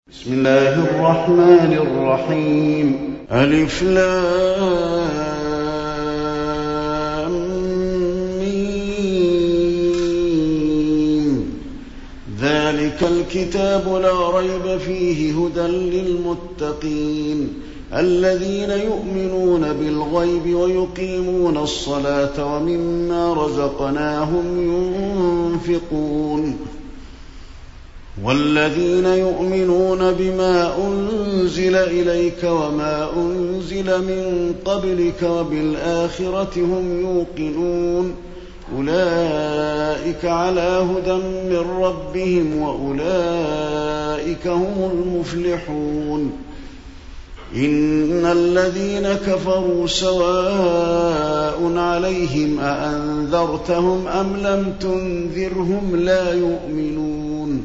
بسم الله الرحمن الرحيم. ألف لام ميم. ذلك الكتاب لا ريب فيه هدى للمتقين الذين يؤمنون بالغيب ويقيمون الصلاة ومما رزقناهم ينفقون والذين يؤمنون بما أنزل إليك وما أنزل من قبلك وبالآخرة هم يوقنون أولئك على هدى من ربهم وأولئك هم المفلحون. إن الذين كفروا سواء عليهم أأنذرتهم أم لم تنذرهم لا يؤمنون.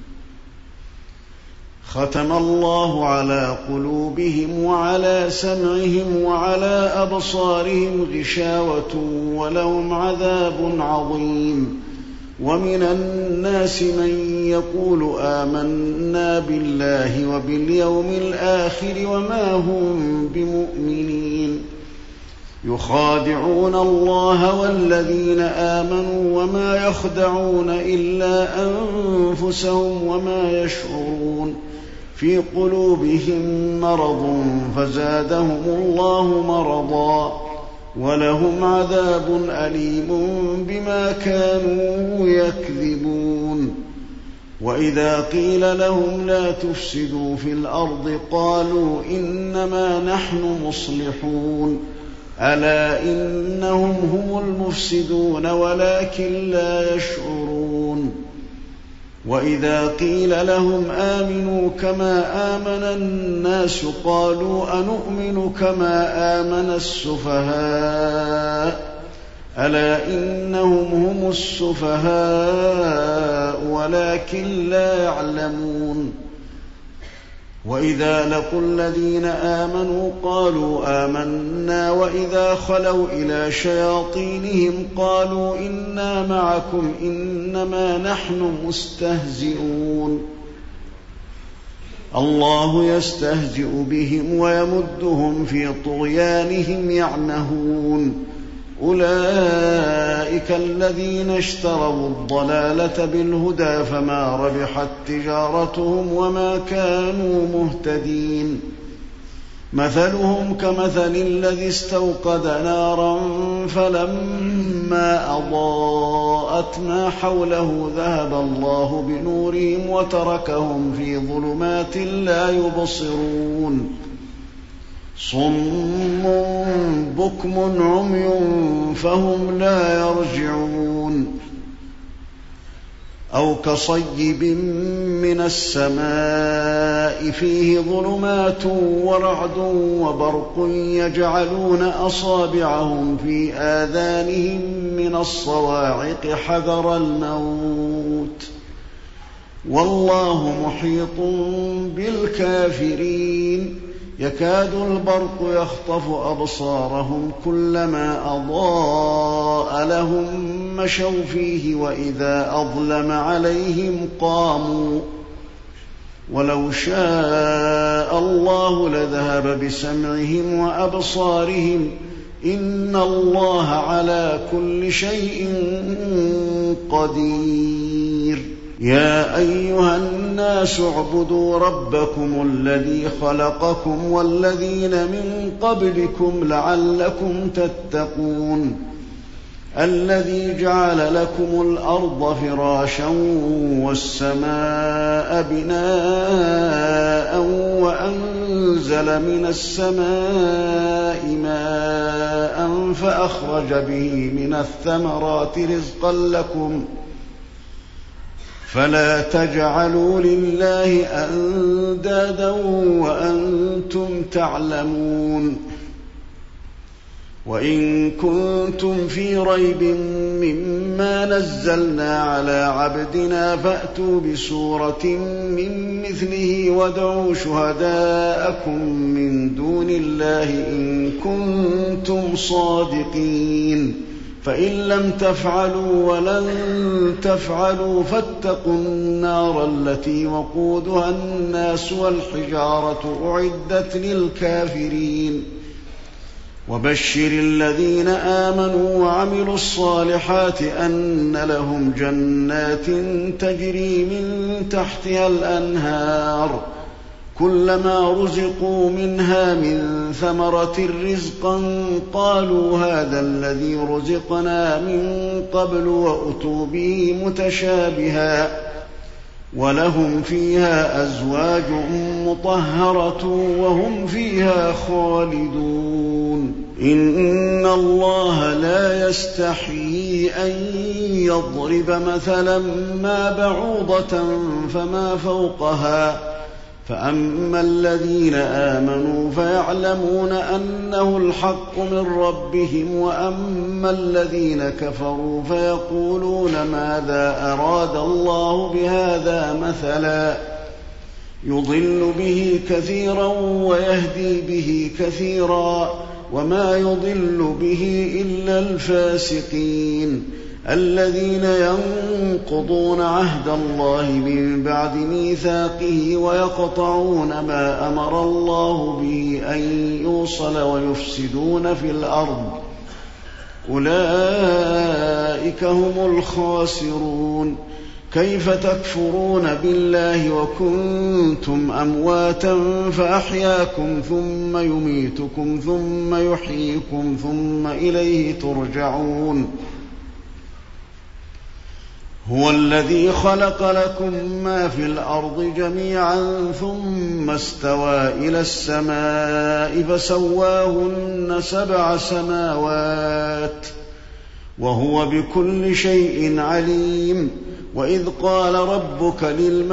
ختم الله على قلوبهم وعلى سمعهم وعلى أبصارهم غشاوة ولهم عذاب عظيم. ومن الناس من يقول آمنا بالله وباليوم الآخر وما هم بمؤمنين يخادعون الله والذين آمنوا وما يخدعون إلا أنفسهم وما يشعرون. في قلوبهم مرض فزادهم الله مرضا ولهم عذاب أليم بما كانوا يكذبون. وإذا قيل لهم لا تفسدوا في الأرض قالوا إنما نحن مصلحون ألا إنهم هم المفسدون ولكن لا يشعرون. وإذا قيل لهم آمنوا كما آمن الناس قالوا أنؤمن كما آمن السفهاء ألا إنهم هم السفهاء ولكن لا يعلمون. وإذا لقوا الذين آمنوا قالوا آمنا وإذا خلوا إلى شياطينهم قالوا إنا معكم إنما نحن مستهزئون. الله يستهزئ بهم ويمدهم في طغيانهم يعمهون. أولئك الذين اشتروا الضلالة بالهدى فما ربحت تجارتهم وما كانوا مهتدين. مثلهم كمثل الذي استوقد نارا فلما أضاءت ما حوله ذهب الله بنورهم وتركهم في ظلمات لا يبصرون. صم بكم عمي فهم لا يرجعون. أو كصيب من السماء فيه ظلمات ورعد وبرق يجعلون أصابعهم في آذانهم من الصواعق حذر الموت والله محيط بالكافرين. يكاد البرق يخطف أبصارهم كلما أضاء لهم مشوا فيه وإذا أظلم عليهم قاموا ولو شاء الله لذهب بسمعهم وأبصارهم إن الله على كل شيء قدير. يا أيها الناس اعبدوا ربكم الذي خلقكم والذين من قبلكم لعلكم تتقون. الذي جعل لكم الأرض فراشا والسماء بناء وأنزل من السماء ماء فأخرج به من الثمرات رزقا لكم فلا تجعلوا لله أندادا وأنتم تعلمون. وإن كنتم في ريب مما نزلنا على عبدنا فأتوا بسورة من مثله وادعوا شهداءكم من دون الله إن كنتم صادقين. فإن لم تفعلوا ولن تفعلوا فاتقوا النار التي وقودها الناس والحجارة أعدت للكافرين وبشر الذين آمنوا وعملوا الصالحات أن لهم جنات تجري من تحتها الأنهار كلما رزقوا منها من ثمرة رزقا قالوا هذا الذي رزقنا من قبل وأتوا به متشابها ولهم فيها أزواج مطهرة وهم فيها خالدون إن الله لا يستحيي أن يضرب مثلا ما بعوضة فما فوقها فأما الذين آمنوا فيعلمون أنه الحق من ربهم وأما الذين كفروا فيقولون ماذا أراد الله بهذا مثلا يضل به كثيرا ويهدي به كثيرا وما يضل به إلا الفاسقين الذين ينقضون عهد الله من بعد ميثاقه ويقطعون ما أمر الله به أن يوصل ويفسدون في الأرض أولئك هم الخاسرون كيف تكفرون بالله وكنتم أمواتا فأحياكم ثم يميتكم ثم يحييكم ثم إليه ترجعون هو الذي خلق لكم ما في الأرض جميعا ثم استوى إلى السماء فسواهن 7 سماوات وهو بكل شيء عليم وإذ قال ربك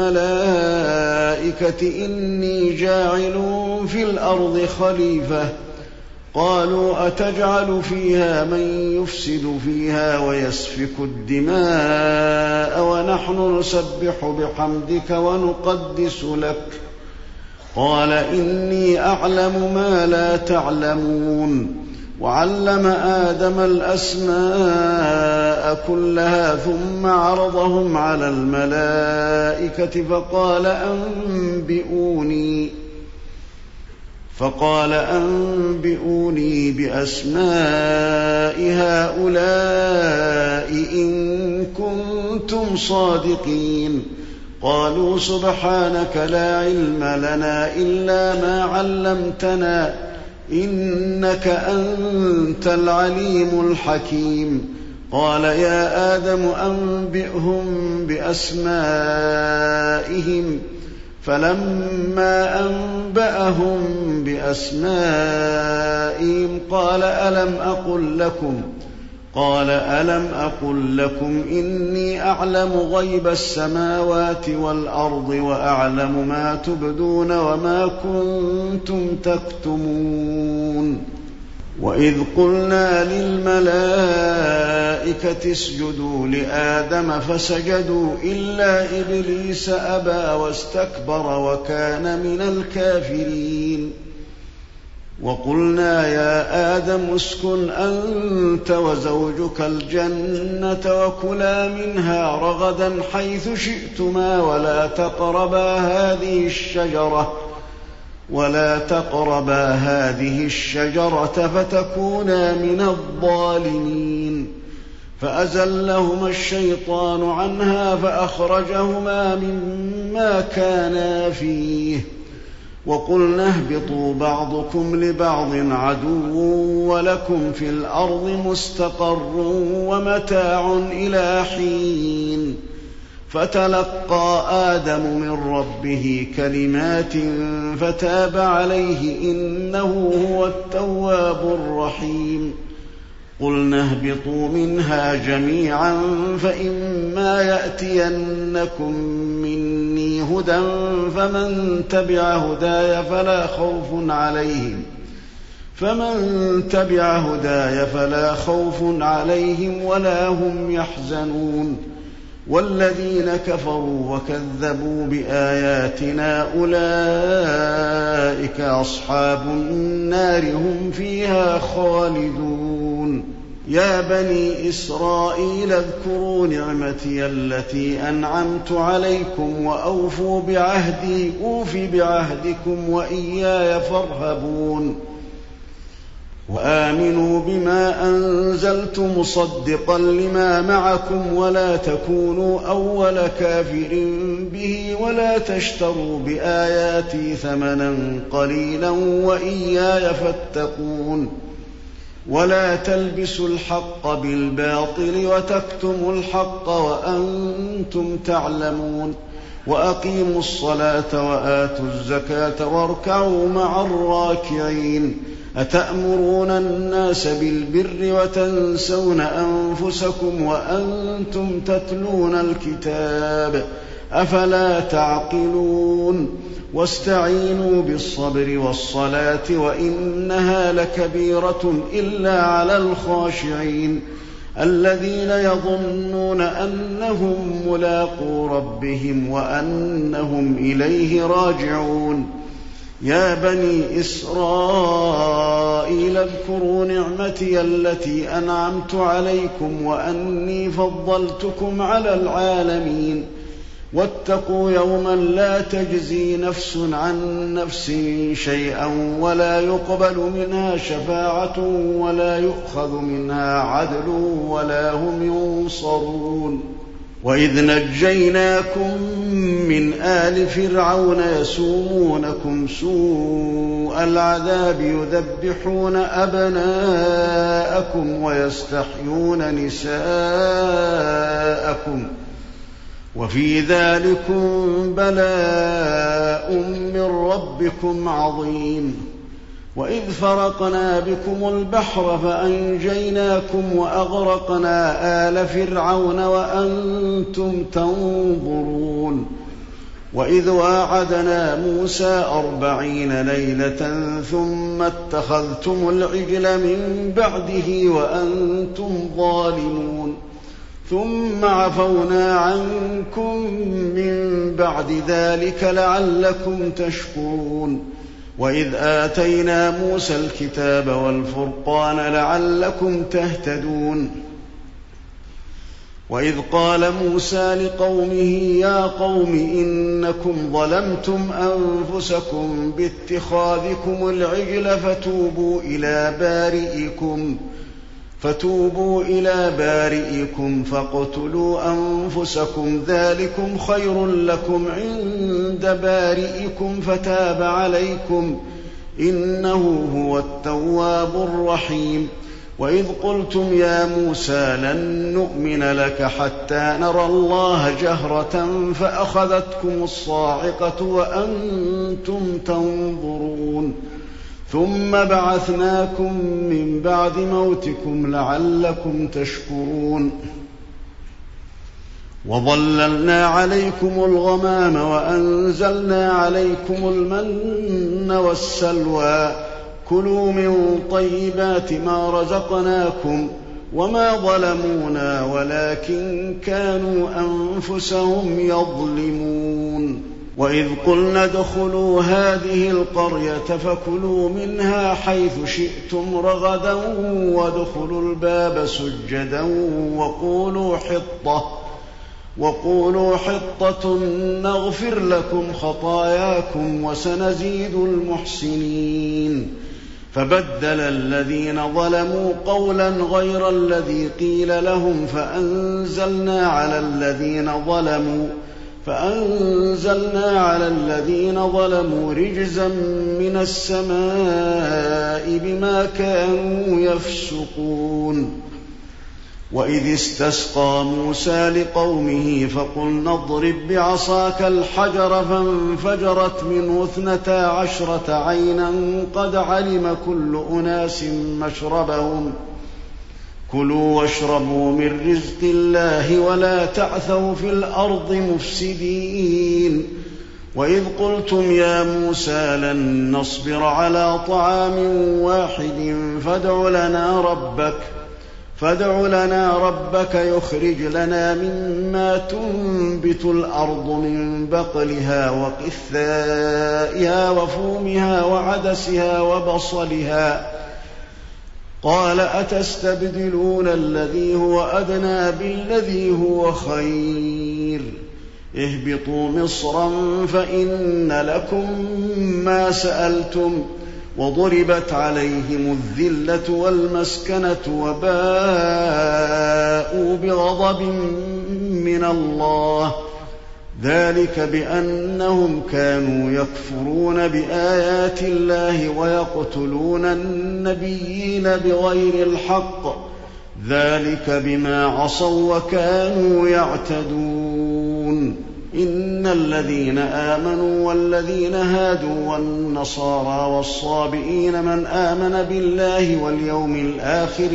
للملائكة إني جاعل في الأرض خليفة قالوا أتجعل فيها من يفسد فيها ويسفك الدماء ونحن نسبح بحمدك ونقدس لك قال إني أعلم ما لا تعلمون وعلم آدم الأسماء كلها ثم عرضهم على الملائكة فقال أنبئوني بأسماء هؤلاء إن كنتم صادقين قالوا سبحانك لا علم لنا إلا ما علمتنا إنك أنت العليم الحكيم قال يا آدم أنبئهم بأسمائهم فلما أنبأهم بأسمائهم قال ألم أقل لكم إني أعلم غيب السماوات والأرض وأعلم ما تبدون وما كنتم تكتمون وإذ قلنا للملائكة اسجدوا لآدم فسجدوا إلا إبليس أبى واستكبر وكان من الكافرين وقلنا يا آدم اسكن أنت وزوجك الجنة وكلا منها رغدا حيث شئتما ولا تقربا هذه الشجرة فتكونا من الظالمين فأزلهما الشيطان عنها فأخرجهما مما كانا فيه وقلنا اهبطوا بعضكم لبعض عدو ولكم في الأرض مستقر ومتاع إلى حين فتلقى آدم من ربه كلمات فتاب عليه إنه هو التواب الرحيم قلنا اهبطوا منها جميعا فإما يأتينكم مني هدى فمن تبع هداي فلا خوف عليهم ولا هم يحزنون والذين كفروا وكذبوا بآياتنا أولئك أصحاب النار هم فيها خالدون يا بني إسرائيل اذكروا نعمتي التي أنعمت عليكم وأوفوا بعهدي أوف بعهدكم وإياي فارهبون وآمنوا بما أنزلت مصدقا لما معكم ولا تكونوا أول كافر به ولا تشتروا بآياتي ثمنا قليلا وإياي فاتقون ولا تلبسوا الحق بالباطل وتكتموا الحق وأنتم تعلمون وأقيموا الصلاة وآتوا الزكاة واركعوا مع الراكعين أتأمرون الناس بالبر وتنسون أنفسكم وأنتم تتلون الكتاب أفلا تعقلون واستعينوا بالصبر والصلاة وإنها لكبيرة إلا على الخاشعين الذين يظنون أنهم ملاقو ربهم وأنهم إليه راجعون يا بني إسرائيل اذكروا نعمتي التي أنعمت عليكم وأني فضلتكم على العالمين واتقوا يوما لا تجزي نفس عن نفس شيئا ولا يقبل منها شفاعة ولا يؤخذ منها عدل ولا هم ينصرون وإذ نجيناكم من آل فرعون يسومونكم سوء العذاب يذبحون أبناءكم ويستحيون نساءكم وفي ذلكم بلاء من ربكم عظيم وإذ فرقنا بكم البحر فأنجيناكم وأغرقنا آل فرعون وأنتم تنظرون وإذ واعدنا موسى 40 ليلة ثم اتخذتم العجل من بعده وأنتم ظالمون ثم عفونا عنكم من بعد ذلك لعلكم تشكرون وإذ آتينا موسى الكتاب والفرقان لعلكم تهتدون وإذ قال موسى لقومه يا قوم إنكم ظلمتم أنفسكم باتخاذكم العجل فتوبوا إلى بارئكم فاقتلوا أنفسكم ذلكم خير لكم عند بارئكم فتاب عليكم إنه هو التواب الرحيم وإذ قلتم يا موسى لن نؤمن لك حتى نرى الله جهرة فأخذتكم الصاعقة وأنتم تنظرون ثم بعثناكم من بعد موتكم لعلكم تشكرون وظللنا عليكم الغمام وأنزلنا عليكم المن والسلوى كلوا من طيبات ما رزقناكم وما ظلمونا ولكن كانوا أنفسهم يظلمون وإذ قلنا ادخلوا هذه القرية فكلوا منها حيث شئتم رغدا وادخلوا الباب سجدا وقولوا حطة نغفر لكم خطاياكم وسنزيد المحسنين فبدل الذين ظلموا قولا غير الذي قيل لهم فأنزلنا على الذين ظلموا رجزا من السماء بما كانوا يفسقون وإذ استسقى موسى لقومه فقلنا اضرب بعصاك الحجر فانفجرت منه 12 عينا قد علم كل أناس مشربهم كلوا واشربوا من رزق الله ولا تعثوا في الأرض مفسدين وإذ قلتم يا موسى لن نصبر على طعام واحد فادع لنا ربك يخرج لنا مما تنبت الأرض من بقلها وقثائها وفومها وعدسها قال أتستبدلون الذي هو أدنى بالذي هو خير اهبطوا مصرا فإن لكم ما سألتم وضربت عليهم الذلة والمسكنة وباءوا بغضب من الله ذلك بأنهم كانوا يكفرون بآيات الله ويقتلون النبيين بغير الحق ذلك بما عصوا وكانوا يعتدون إن الذين آمنوا والذين هادوا والنصارى والصابئين من آمن بالله واليوم الآخر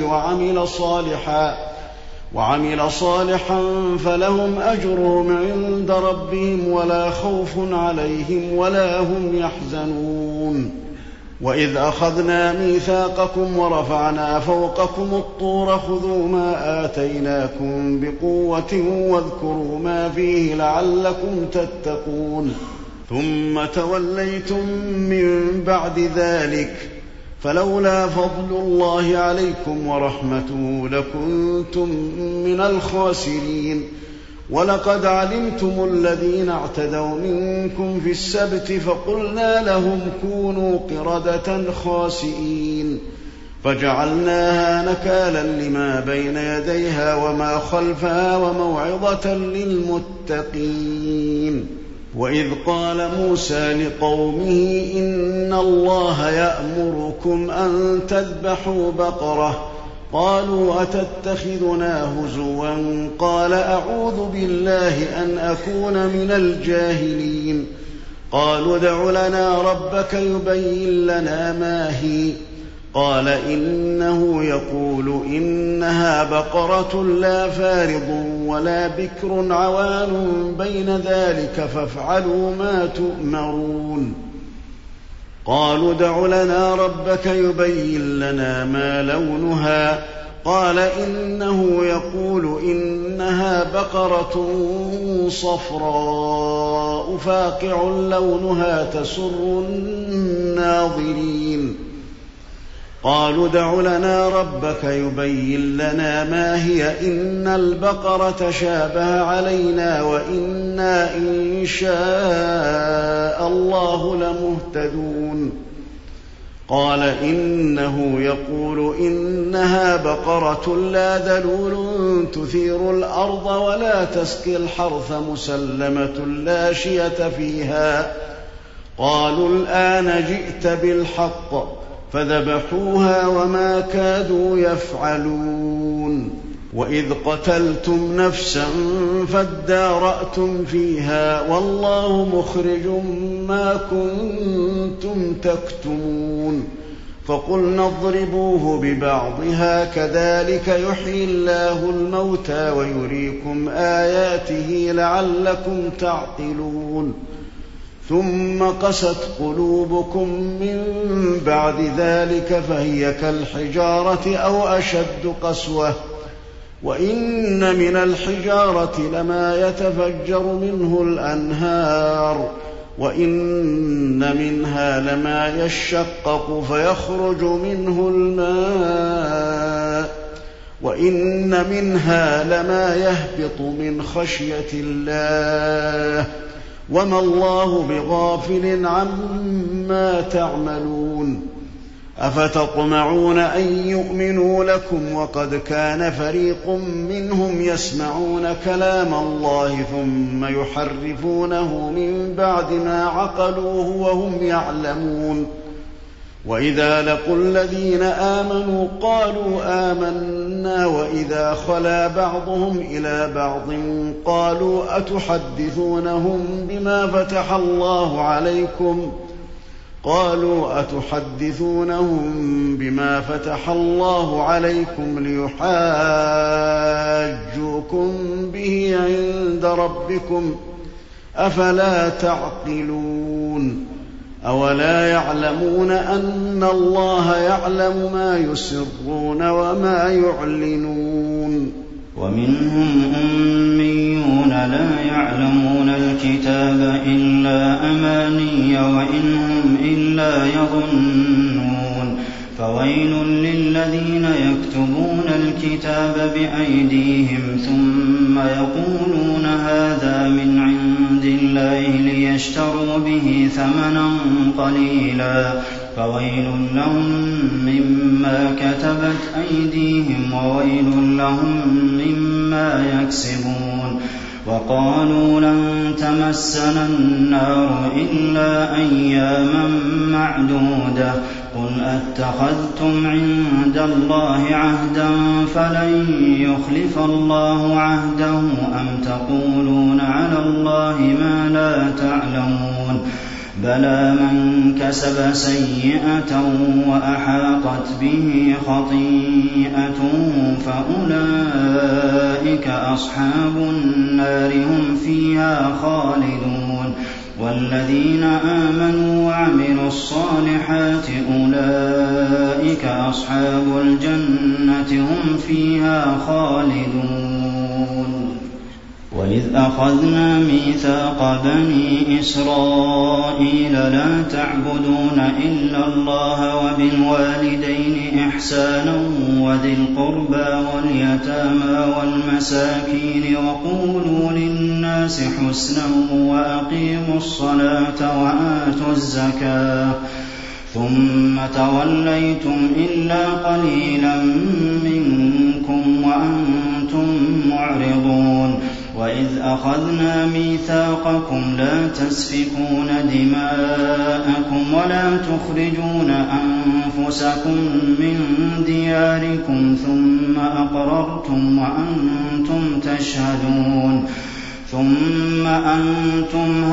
وعمل صالحا فلهم أجرهم عند ربهم ولا خوف عليهم ولا هم يحزنون وإذ أخذنا ميثاقكم ورفعنا فوقكم الطور خذوا ما آتيناكم بقوة واذكروا ما فيه لعلكم تتقون ثم توليتم من بعد ذلك فلولا فضل الله عليكم ورحمته لكنتم من الخاسرين ولقد علمتم الذين اعتدوا منكم في السبت فقلنا لهم كونوا قردة خاسئين فجعلناها نكالا لما بين يديها وما خلفها وموعظة للمتقين وإذ قال موسى لقومه إن الله يأمركم أن تذبحوا بقرة قالوا أتتخذنا هزوا قال أعوذ بالله أن أكون من الجاهلين قالوا ادع لنا ربك يبين لنا ما هي قال إنه يقول إنها بقرة لا فارض ولا بكر عوان بين ذلك فافعلوا ما تؤمرون قالوا ادع لنا ربك يبين لنا ما لونها قال إنه يقول إنها بقرة صفراء فاقع لونها تسر الناظرين قالوا ادع لنا ربك يبين لنا ما هي إن البقرة شابه علينا وإنا إن شاء الله لمهتدون قال إنه يقول إنها بقرة لا ذلول تثير الأرض ولا تسقي الحرث مسلمة لا شية فيها قالوا الآن جئت بالحق فذبحوها وما كادوا يفعلون وإذ قتلتم نفسا فادارأتم فيها والله مخرج ما كنتم تكتمون فقلنا اضربوه ببعضها كذلك يحيي الله الموتى ويريكم آياته لعلكم تعقلون ثم قست قلوبكم من بعد ذلك فهي كالحجارة أو أشد قسوة وإن من الحجارة لما يتفجر منه الأنهار وإن منها لما يشقق فيخرج منه الماء وإن منها لما يهبط من خشية الله وما الله بغافل عما تعملون أفتطمعون أن يؤمنوا لكم وقد كان فريق منهم يسمعون كلام الله ثم يحرفونه من بعد ما عقلوه وهم يعلمون وإذا لقوا الذين آمنوا قالوا آمنا وإذا خلا بعضهم إلى بعض قالوا أتحدثونهم بما فتح الله عليكم ليحاجوكم به عند ربكم أفلا تعقلون أولا يعلمون أن الله يعلم ما يسرون وما يعلنون ومنهم أميون لا يعلمون الكتاب إلا أماني وإن هم إلا يظنون فويل للذين يكتبون الكتاب بأيديهم ثم يقولون هذا من عند الله ليشتروا به ثمنا قليلا فويل لهم مما كتبت أيديهم وويل لهم مما يكسبون وقالوا لن تمسنا النار إلا أياما معدودة قل أتخذتم عند الله عهدا فلن يخلف الله عهده أم تقولون على الله ما لا تعلمون بلى من كسب سيئة وأحاطت به خطيئته فأولئك أصحاب النار هم فيها خالدون والذين آمنوا وعملوا الصالحات أولئك أصحاب الجنة هم فيها خالدون وإذ أخذنا ميثاق بني إسرائيل لا تعبدون إلا الله وبالوالدين إحسانا وذي القربى واليتامى والمساكين وقولوا للناس حسنا وأقيموا الصلاة وآتوا الزكاة ثم توليتم إلا قليلا منكم وأنتم معرضون وإذ أخذنا ميثاقكم لا تسفكون دماءكم ولا تخرجون أنفسكم من دياركم ثم أقررتم وأنتم تشهدون ثم أنتم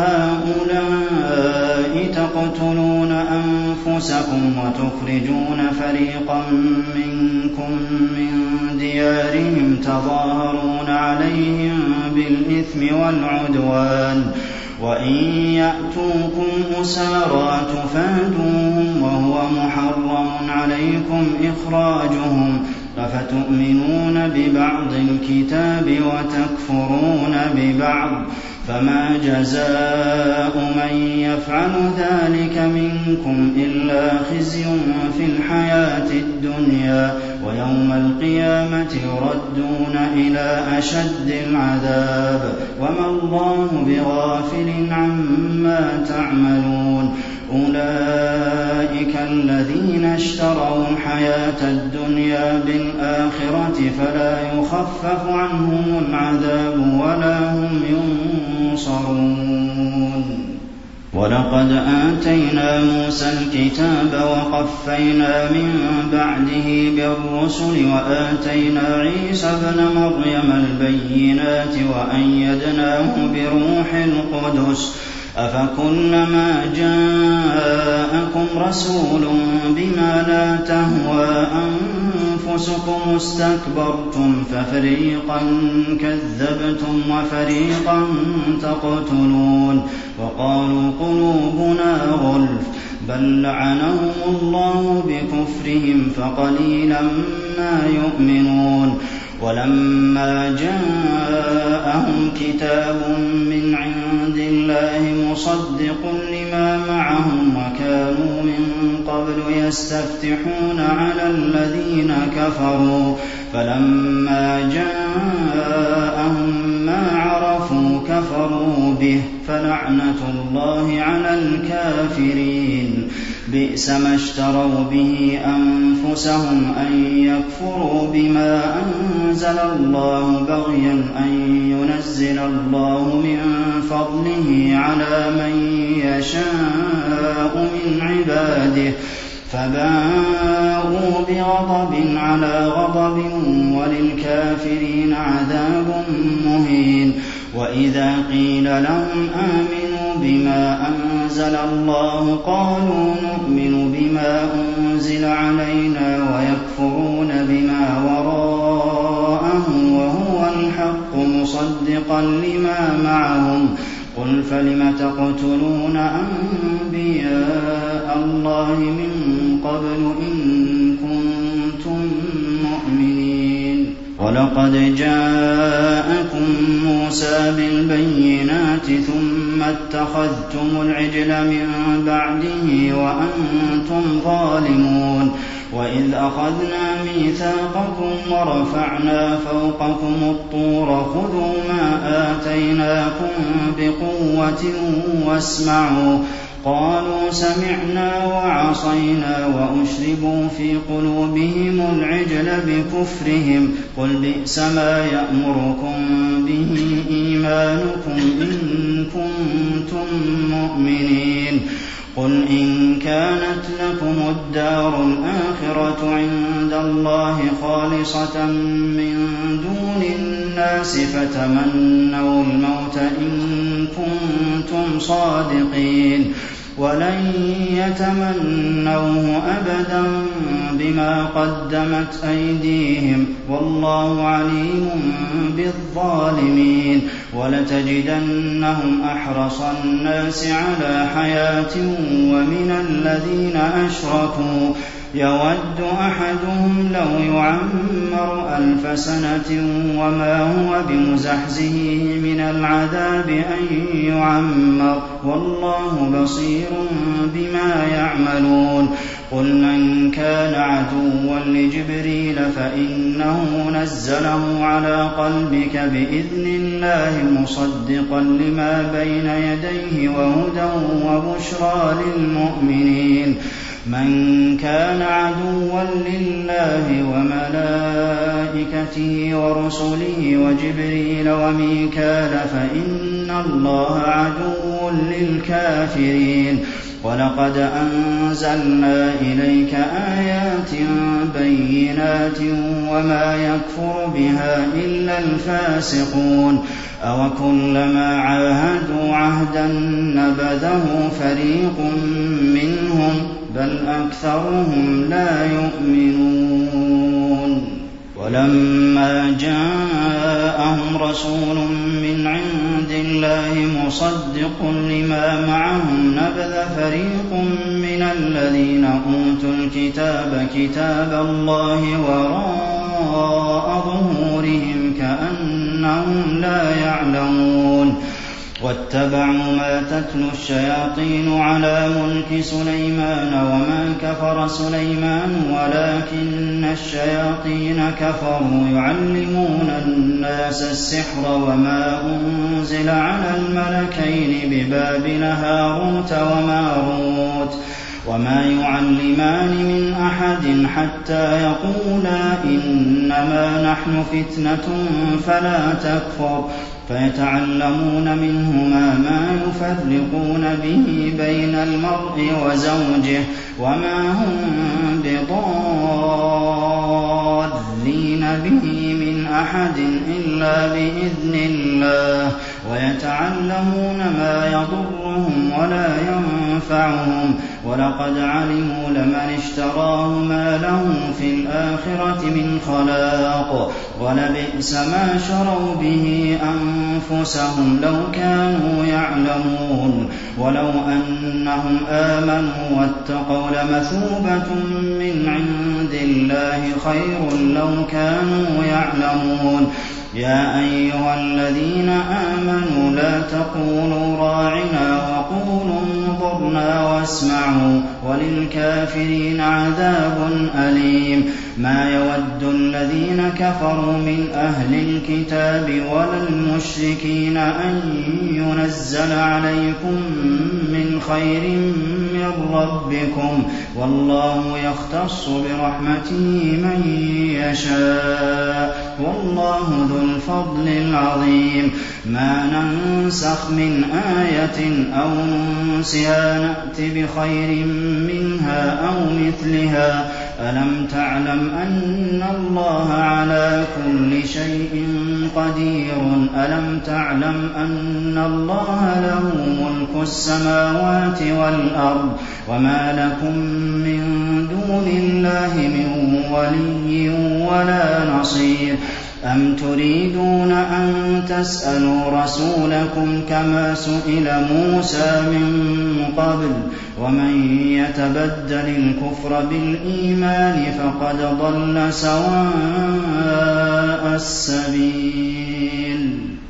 هؤلاء تقتلون أنفسكم وتخرجون فريقا منكم من ديارهم تظاهرون عليهم بالإثم والعدوان وإن يأتوكم أسارى تفادوهم وهو محرم عليكم إخراجهم أفتؤمنون ببعض الكتاب وتكفرون ببعض فما جزاء من يفعل ذلك منكم إلا خزي في الحياة الدنيا ويوم القيامة يردون إلى أشد العذاب وما الله بغافل عما تعملون أولئك الذين اشتروا الحياة الدنيا بالآخرة فلا يخفف عنهم العذاب ولا هم ينصرون ولقد آتينا موسى الكتاب وقفينا من بعده بالرسل وآتينا عيسى ابن مريم البينات وأيدناه بروح القدس أفكلما جاءكم رسول بما لا تهوى أنفسكم استكبرتم ففريقا كذبتم وفريقا تقتلون وقالوا قلوبنا غلف بل لعنهم الله بكفرهم فقليلا ما يؤمنون ولما جاءهم كتاب من عند الله مصدق لما معهم وكانوا من قبل يستفتحون على الذين كفروا فلما جاءهم ما عرفوا كفروا به فلعنة الله على الكافرين بئس ما اشتروا به أنفسهم أن يكفروا بما أنزل الله بغيا أن ينزل الله من فضله على من يشاء من عباده فباءوا بغضب على غضب وللكافرين عذاب مهين وإذا قيل لهم آمنوا بما أنزل الله قالوا نؤمن بما أنزل علينا ويكفرون بما وراءه وهو الحق مصدقا لما معهم قل فلم تقتلون أنبياء الله من قبل إن كنتم مؤمنين ولقد جاءكم موسى بالبينات ثم ثُمَّ اتَّخَذْتُمُ الْعِجْلَ مِن بَعْدِهِ وَأَنتُمْ ظَالِمُونَ وَإِذْ أَخَذْنَا مِيثَاقَكُمْ وَرَفَعْنَا فَوْقَكُمُ الطُّورَ خُذُوا مَا آتَيْنَاكُم بِقُوَّةٍ وَاسْمَعُوا قَالُوا سَمِعْنَا وَعَصَيْنَا وَأُشْرِبُوا فِي قُلُوبِهِمُ الْعِجْلَ بِكُفْرِهِمْ قُلْ بِئْسَ مَا يَأْمُرُكُم بِهِ إِيمَانُكُمْ إِن كُنتُم مُّؤْمِنِينَ قُلْ إِن كَانَتْ لَكُمُ الدَّارُ الْآخِرَةُ عِندَ اللَّهِ خَالِصَةً مِّن دُونِ النَّاسِ فَتَمَنَّوُا الْمَوْتَ إِن كُنتُمْ صَادِقِينَ وَلَن يَتَمَنَّوْهُ أَبَدًا بِمَا قَدَّمَتْ أَيْدِيهِمْ وَاللَّهُ عَلِيمٌ بِالظَّالِمِينَ وَلَتَجِدَنَّهُمْ أَحْرَصَ النَّاسِ عَلَىٰ حَيَاةٍ وَمِنَ الَّذِينَ أَشْرَكُوا يَوَدُّ أَحَدُهُمْ لَوْ يُعَمَّرُ 1000 سَنَةٍ وَمَا هُوَ بِمُزَحْزِحِهِ مِنَ الْعَذَابِ أَن يُعَمَّرَ وَاللَّهُ بَصِيرٌ بِمَا يَعْمَلُونَ قُلْ مَن كَانَ عَدُوًّا لِّجِبْرِيلَ فَإِنَّهُ نَزَّلَهُ عَلَىٰ قَلْبِكَ بِإِذْنِ اللَّهِ مُصَدِّقًا لِّمَا بَيْنَ يَدَيْهِ وَهُدًى وَبُشْرَىٰ لِلْمُؤْمِنِينَ مَن كَانَ عَدُوًّا لِّلَّهِ وَمَلَائِكَتِهِ وَرُسُلِهِ وَجِبْرِيلَ وَمِيكَالَ فَإِنَّ اللَّهَ عَدُوٌّ لِّلْكَافِرِينَ وَلَقَدْ أَنزَلْنَا إِلَيْكَ آيَاتٍ بَيِّنَاتٍ وَمَا يَكْفُرُ بِهَا إِلَّا الْفَاسِقُونَ أَوَكُلَّمَا عَاهَدُوا عَهْدًا نَّبَذَهُ فَرِيقٌ مِّنْهُم بَلْ أَكْثَرُهُمْ لَا يُؤْمِنُونَ وَلَمَّا جَاءَهُمْ رَسُولٌ مِّنْ عِندِ اللَّهِ مُصَدِّقٌ لِّمَا مَعَهُمْ نَبَذَ فَرِيقٌ مِّنَ الَّذِينَ أُوتُوا الْكِتَابَ كِتَابَ اللَّهِ وَرَاءَ ظُهُورِهِمْ كَأَنَّهُمْ لَا يَعْلَمُونَ وَاتَّبَعُوا مَا تَتْلُو الشَّيَاطِينُ عَلَىٰ مُلْكِ سُلَيْمَانَ وَمَا كَفَرَ سُلَيْمَانُ وَلَٰكِنَّ الشَّيَاطِينَ كَفَرُوا يُعَلِّمُونَ النَّاسَ السِّحْرَ وَمَا أُنزِلَ عَلَى الْمَلَكَيْنِ بِبَابِلَ هَارُوتَ وَمَارُوتَ وَمَا يُعَلِّمَانِ مِنْ أَحَدٍ حَتَّىٰ يَقُولَا إِنَّمَا نَحْنُ فِتْنَةٌ فَلَا تَكْفُرْ فَيَتَعَلَّمُونَ مِنْهُمَا مَا يُفَرِّقُونَ بِهِ بَيْنَ الْمَرْءِ وَزَوْجِهِ وَمَا هُم بِضَارِّينَ بِهِ مِنْ أَحَدٍ إِلَّا بِإِذْنِ اللَّهِ وَيَتَعَلَّمُونَ مَا يَضُرُّهُمْ وَلَا يَنفَعُهُمْ وَلَقَدْ عَلِمُوا لَمَنِ اشْتَرَاهُ مَا لَهُ فِي الْآخِرَةِ مِنْ خَلَاقٍ وَلَبِئْسَ مَا شَرَوْا بِهِ أَنفُسَهُمْ لَوْ كَانُوا يَعْلَمُونَ وَلَوْ أَنَّهُمْ آمَنُوا وَاتَّقَوْا لَمَثُوبَةٌ مِّنْ عِندِ اللَّهِ خَيْرٌ لَّوْ كَانُوا يَعْلَمُونَ يَا أَيُّهَا الَّذِينَ آمَنُوا لَا تَقُولُوا رَاعِنَا وَقُولُوا انظُرْنَا وَاسْمَعُوا وَلِلْكَافِرِينَ عَذَابٌ أَلِيمٌ مَا يَوَدُّ الَّذِينَ كَفَرُوا مِنْ أَهْلِ الْكِتَابِ وَلَا الْمُشْرِكِينَ أَن يُنَزَّلَ عَلَيْكُم مِّنْ خَيْرٍ مِّن رَّبِّكُمْ وَاللَّهُ يَخْتَصُّ بِرَحْمَتِهِ مَن يَشَاءُ وَاللَّهُ ذُو الْفَضْلِ الْعَظِيمِ مَا نَنسَخْ مِنْ آيَةٍ أَوْ نُنسِهَا نَأْتِ بِخَيْرٍ مِّنْهَا أَوْ مِثْلِهَا أَلَمْ تَعْلَمْ أَنَّ اللَّهَ عَلَىٰ كُلِّ شَيْءٍ قَدِيرٌ أَلَمْ تَعْلَمْ أَنَّ اللَّهَ لَهُ مُلْكُ السَّمَاوَاتِ وَالْأَرْضِ وَمَا لَكُم مِّن دُونِ اللَّهِ مِن وَلِيٍّ وَلَا نَصِيرٍ أَمْ تُرِيدُونَ أَن تَسْأَلُوا رَسُولَكُمْ كَمَا سُئِلَ مُوسَىٰ مِن قَبْلُ وَمَن يَتَبَدَّلِ الْكُفْرَ بِالْإِيمَانِ فَقَدْ ضَلَّ سَوَاءَ السَّبِيلِ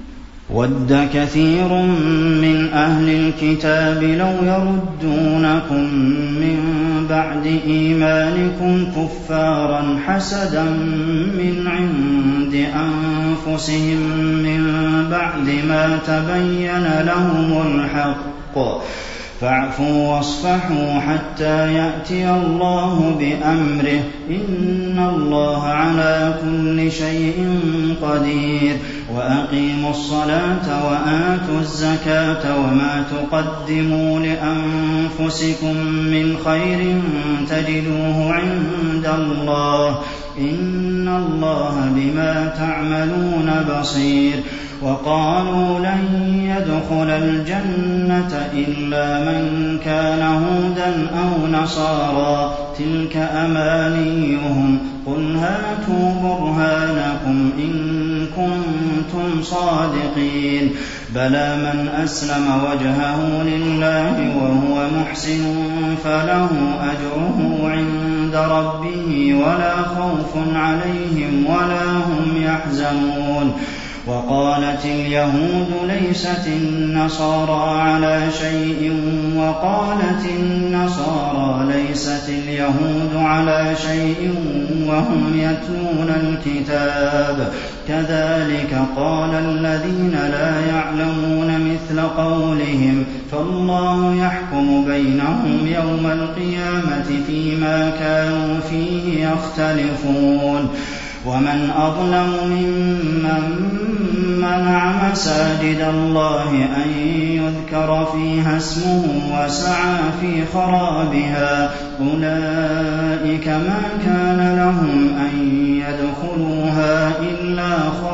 وَدَّ كَثِيرٌ مِّنْ أَهْلِ الْكِتَابِ لَوْ يَرُدُّونَكُم مِّن بَعْدِ إِيمَانِكُمْ كُفَّارًا حَسَدًا مِّنْ عِندِ أَنفُسِهِم مِّن بَعْدِ مَا تَبَيَّنَ لَهُمُ الْحَقُّ ۖ فَاعْفُوا وَاصْفَحُوا حَتَّىٰ يَأْتِيَ اللَّهُ بِأَمْرِهِ ۗ إِنَّ اللَّهَ عَلَىٰ كُلِّ شَيْءٍ قَدِيرٌ وَأَقِيمُوا الصَّلَاةَ وَآتُوا الزَّكَاةَ وَمَا تُقَدِّمُوا لِأَنفُسِكُم مِّنْ خَيْرٍ تَجِدُوهُ عِندَ اللَّهِ ۗ إِنَّ اللَّهَ بِمَا تَعْمَلُونَ بَصِيرٌ وَقَالُوا لَن يَدْخُلَ الْجَنَّةَ إِلَّا مَن كَانَ هُودًا أَوْ نَصَارَىٰ ۗ تِلْكَ أَمَانِيُّهُمْ ۖ قُلْ هَاتُوا بُرْهَانَكُمْ إِن كُنتُمْ صَادِقِينَ بَلَىٰ مَنْ أَسْلَمَ وَجْهَهُ لِلَّهِ وَهُوَ مُحْسِنٌ فَلَهُ أَجْرُهُ عِندَ رَبِّهِ وَلَا خَوْفٌ عَلَيْهِمْ وَلَا هُمْ يَحْزَنُونَ وَقَالَتِ الْيَهُودُ لَيْسَتِ النَّصَارَىٰ عَلَىٰ شَيْءٍ وَقَالَتِ النَّصَارَىٰ لَيْسَتِ الْيَهُودُ عَلَىٰ شَيْءٍ وَهُمْ يَتْلُونَ الْكِتَابَ ۚ كَذَٰلِكَ قَالَ الَّذِينَ لَا يَعْلَمُونَ مِثْلَ قَوْلِهِمْ ۚ فَاللَّهُ يَحْكُمُ بَيْنَهُمْ يَوْمَ الْقِيَامَةِ فِيمَا كَانُوا فِيهِ يَخْتَلِفُونَ وَمَنْ أَظْلَمُ مِمَّن مَّنَعَ مَسَاجِدَ اللَّهِ أَن يُذْكَرَ فِيهَا اسْمُهُ وَسَعَىٰ فِي خَرَابِهَا ۚ أُولَٰئِكَ مَا كَانَ لَهُمْ أَن يَدْخُلُوهَا إِلَّا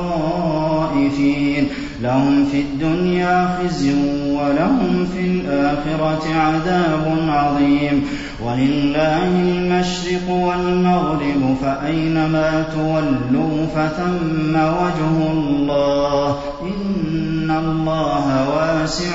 خَائِفِينَ لَهُمْ فِي الدُّنْيَا خِزْيٌ وَلَهُمْ فِي الْآخِرَةِ عَذَابٌ عَظِيمٌ وَلِلَّهِ الْمَشْرِقُ وَالْمَغْرِبُ فَأَيْنَمَا تُوَلُّوا فَثَمَّ وَجْهُ اللَّهِ ۚ إِنَّ اللَّهَ وَاسِعٌ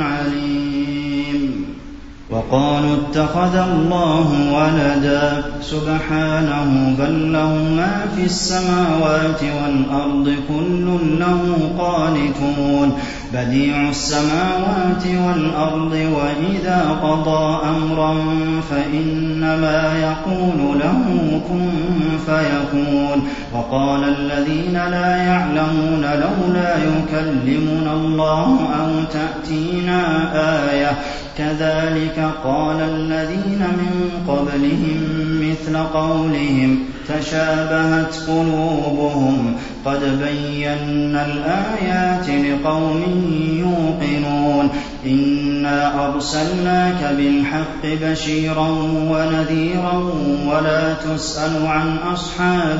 عَلِيمٌ وَقَالُوا اتَّخَذَ اللَّهُ وَلَدًا ۗ سُبْحَانَهُ بَل لَّهُ مَا فِي السَّمَاوَاتِ وَالْأَرْضِ كُلٌّ لَّهُ قَانِتُونَ بَدِيعُ السَّمَاوَاتِ وَالْأَرْضِ وَإِذَا قَضَىٰ أَمْرًا فَإِنَّمَا يَقُولُ لَهُ كُن فَيَكُونُ وَقَالَ الَّذِينَ لَا يَعْلَمُونَ لَوْلَا يُكَلِّمُنَا اللَّهُ أَوْ تَأْتِينَا آيَةٌ ۗ كَذَٰلِكَ قَالَ الَّذِينَ مِن قَبْلِهِم مِّثْلَ قَوْلِهِمْ تَشَابَهَتْ قُلُوبُهُمْ ۗ قَدْ بَيَّنَّا الْآيَاتِ لِقَوْمٍ يُوقِنُونَ إِنَّا أَرْسَلْنَاكَ بِالْحَقِّ بَشِيرًا وَنَذِيرًا وَلَا تُسْأَلُ عَنْ أَصْحَابِ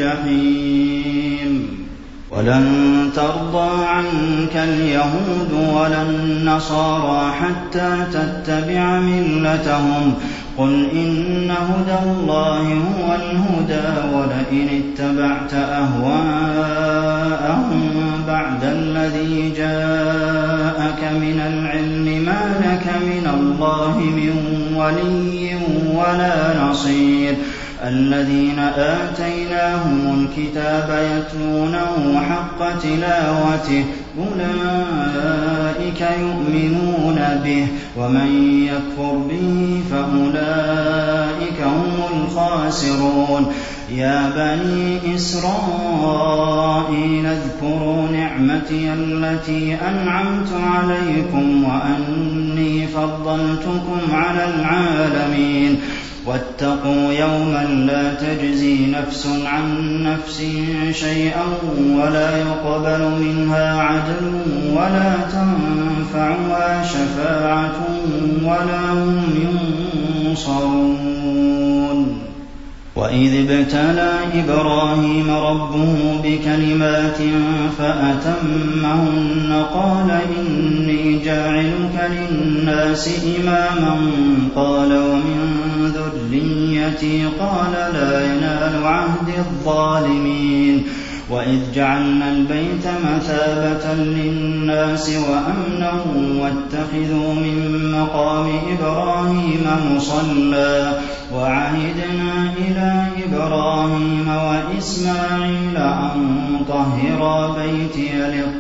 الْجَحِيمِ وَلَن تَرْضَىٰ عَنكَ الْيَهُودُ وَلَا النَّصَارَىٰ حَتَّىٰ تَتَّبِعَ مِلَّتَهُمْ ۗ قُلْ إِنَّ هُدَى اللَّهِ هُوَ الْهُدَىٰ وَلَئِنِ اتَّبَعْتَ أَهْوَاءَهُم بَعْدَ الَّذِي جَاءَكَ مِنَ الْعِلْمِ مَا لَكَ مِنَ اللَّهِ مِن وَلِيٍّ وَلَا نَصِيرٍ الَّذِينَ آتَيْنَاهُمُ الْكِتَابَ يَتْلُونَهُ حَقَّ تِلَاوَتِهِ أُولَٰئِكَ يُؤْمِنُونَ بِهِ ۗ وَمَن يَكْفُرْ بِهِ فَأُولَٰئِكَ هُمُ الْخَاسِرُونَ يَا بَنِي إِسْرَائِيلَ اذْكُرُوا نِعْمَتِيَ الَّتِي أَنْعَمْتُ عَلَيْكُمْ وَأَنِّي فَضَّلْتُكُمْ عَلَى الْعَالَمِينَ وَاتَّقُوا يَوْمًا لَّا تَجْزِي نَفْسٌ عَن نَّفْسٍ شَيْئًا وَلَا يُقْبَلُ مِنْهَا عَدْلٌ وَلَا تَنفَعُهَا شَفَاعَةٌ وَلَا هُمْ يُنصَرُونَ وَإِذِ ابْتَلَىٰ إِبْرَاهِيمَ رَبُّهُ بِكَلِمَاتٍ فَأَتَمَّهُنَّ قَالَ إِنِّي جَاعِلُكَ لِلنَّاسِ إِمَامًا قَالَ وَمِن ذُرِّيَّتِي قَالَ لَا يَنَالُ عَهْدِي الظَّالِمِينَ وإذ جعلنا البيت مثابة للناس وأمنا واتخذوا من مقام إبراهيم مصلى وعهدنا إلى إبراهيم وإسماعيل أن طهرا بيتي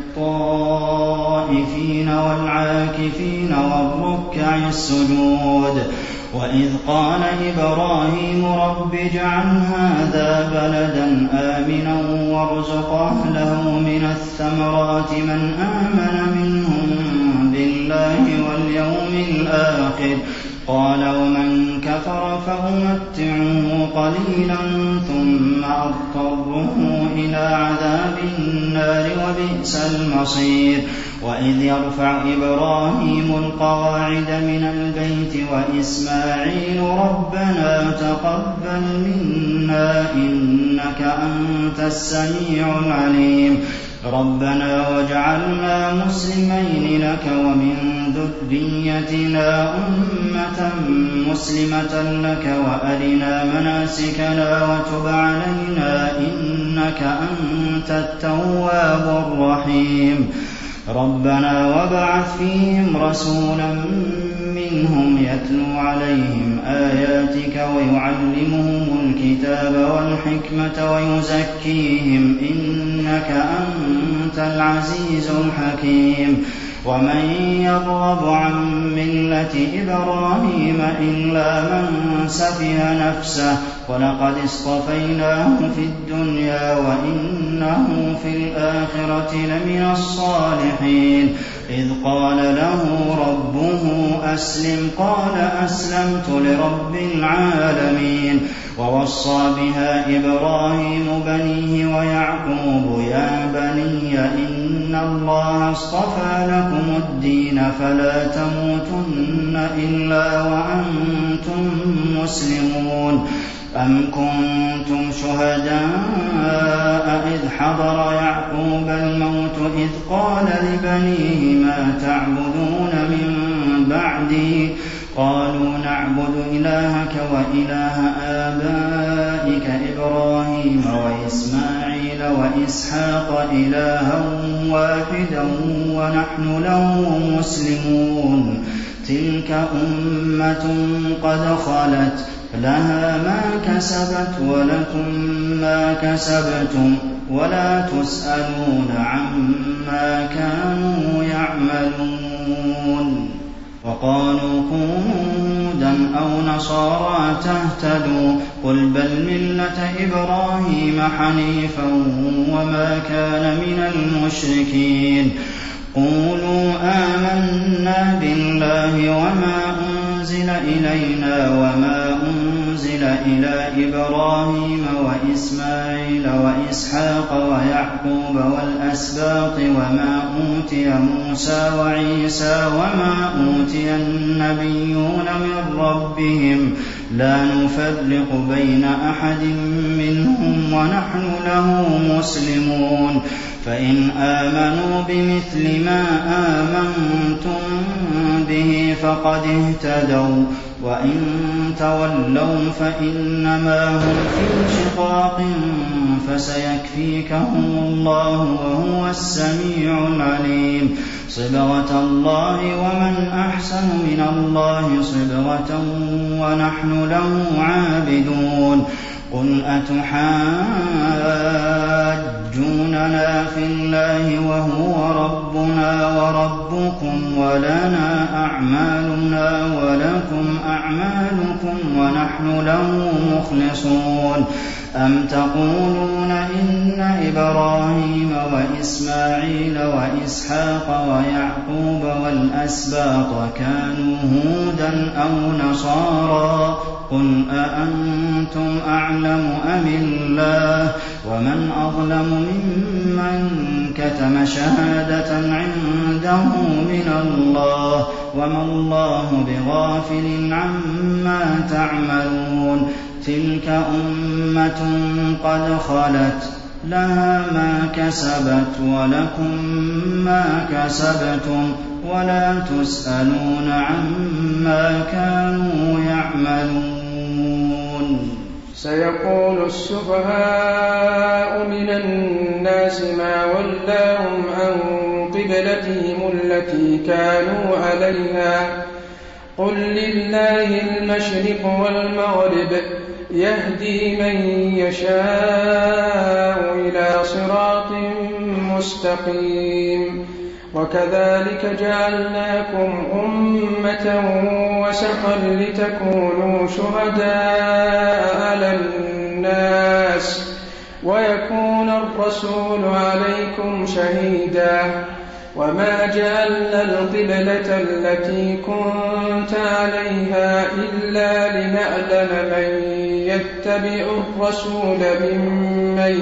للطائفين والعاكفين والركع السجود وإذ قال إبراهيم رب اجعل هذا بلدا آمنا وارزق أهله من الثمرات من آمن منهم بالله واليوم الآخر قال ومن كفر فأمتعه قليلا ثم أضطره إلى عذاب النار وبئس المصير وإذ يرفع إبراهيم القواعد من البيت وإسماعيل ربنا تقبل منا إنك أنت السميع العليم ربنا واجعلنا مسلمين لك ومن ذريتنا أمة مسلمة لك وأرنا مناسكنا وتب علينا إنك أنت التواب الرحيم ربنا وابعث فيهم رسولا منهم يتلو عليهم آياتك ويعلمهم الكتاب والحكمة ويزكيهم إنك أنت العزيز الحكيم ومن يرغب عن ملة إبراهيم إلا من سفه نفسه ولقد اصطفيناه في الدنيا وإنه في الآخرة لمن الصالحين إذ قال له ربه أسلم قال أسلمت لرب العالمين ووصى بها إبراهيم بنيه ويعقوب يا بني إن الله اصطفى لكم الدين فلا تموتن إلا وأنتم مسلمون أم كنتم شهداء إذ حضر يعقوب الموت إذ قال لبنيه ما تعبدون من بعدي قالوا نعبد إلهك وإله آبائك إبراهيم وإسماعيل وإسحاق إلها واحدا ونحن له مسلمون تلك أمة قد خلت لها ما كسبت ولكم ما كسبتم ولا تسألون عما كانوا يعملون وقالوا كونوا هودا أو نصارى تهتدوا قل بل ملة إبراهيم حنيفا وما كان من المشركين قولوا آمنا بالله وما أنزل إلينا وما أنزل إلى إبراهيم وإسماعيل وإسحاق ويعقوب والأسباط وما أوتي موسى وعيسى وما أوتي النبيون من ربهم لا نفرق بين أحد منهم ونحن له مسلمون فإن آمنوا بمثل ما آمنتم به فقد اهتدوا وإن تولوا فإنما هم في شقاق فسيكفيكهم الله وهو السميع العليم صبغة الله ومن أحسن من الله صبغة ونحن له عابدون قل أتحاجوننا في الله وهو ربنا وربكم ولنا أعمالنا ولكم أعمالكم ونحن له مخلصون أم تقولون إن إبراهيم وإسماعيل وإسحاق ويعقوب والأسباط كانوا هودا أو نصارى قل أأنتم أعلم أم الله ومن أظلم ممن كتم شهادة عنده من الله وما الله بغافل عما تعملون تلك أمة قد خلت لها ما كسبت ولكم ما كسبتم ولا تسألون عما كانوا يعملون سيقول السفهاء من الناس ما ولاهم عن قبلتهم التي كانوا عليها قل لله المشرق والمغرب يهدي من يشاء إلى صراط مستقيم وكذلك جعلناكم أمة وسطا لتكونوا شهداء على الناس ويكون الرسول عليكم شهيدا وما جعلنا القبلة التي كنت عليها إلا لنعلم من يتبع الرسول ممن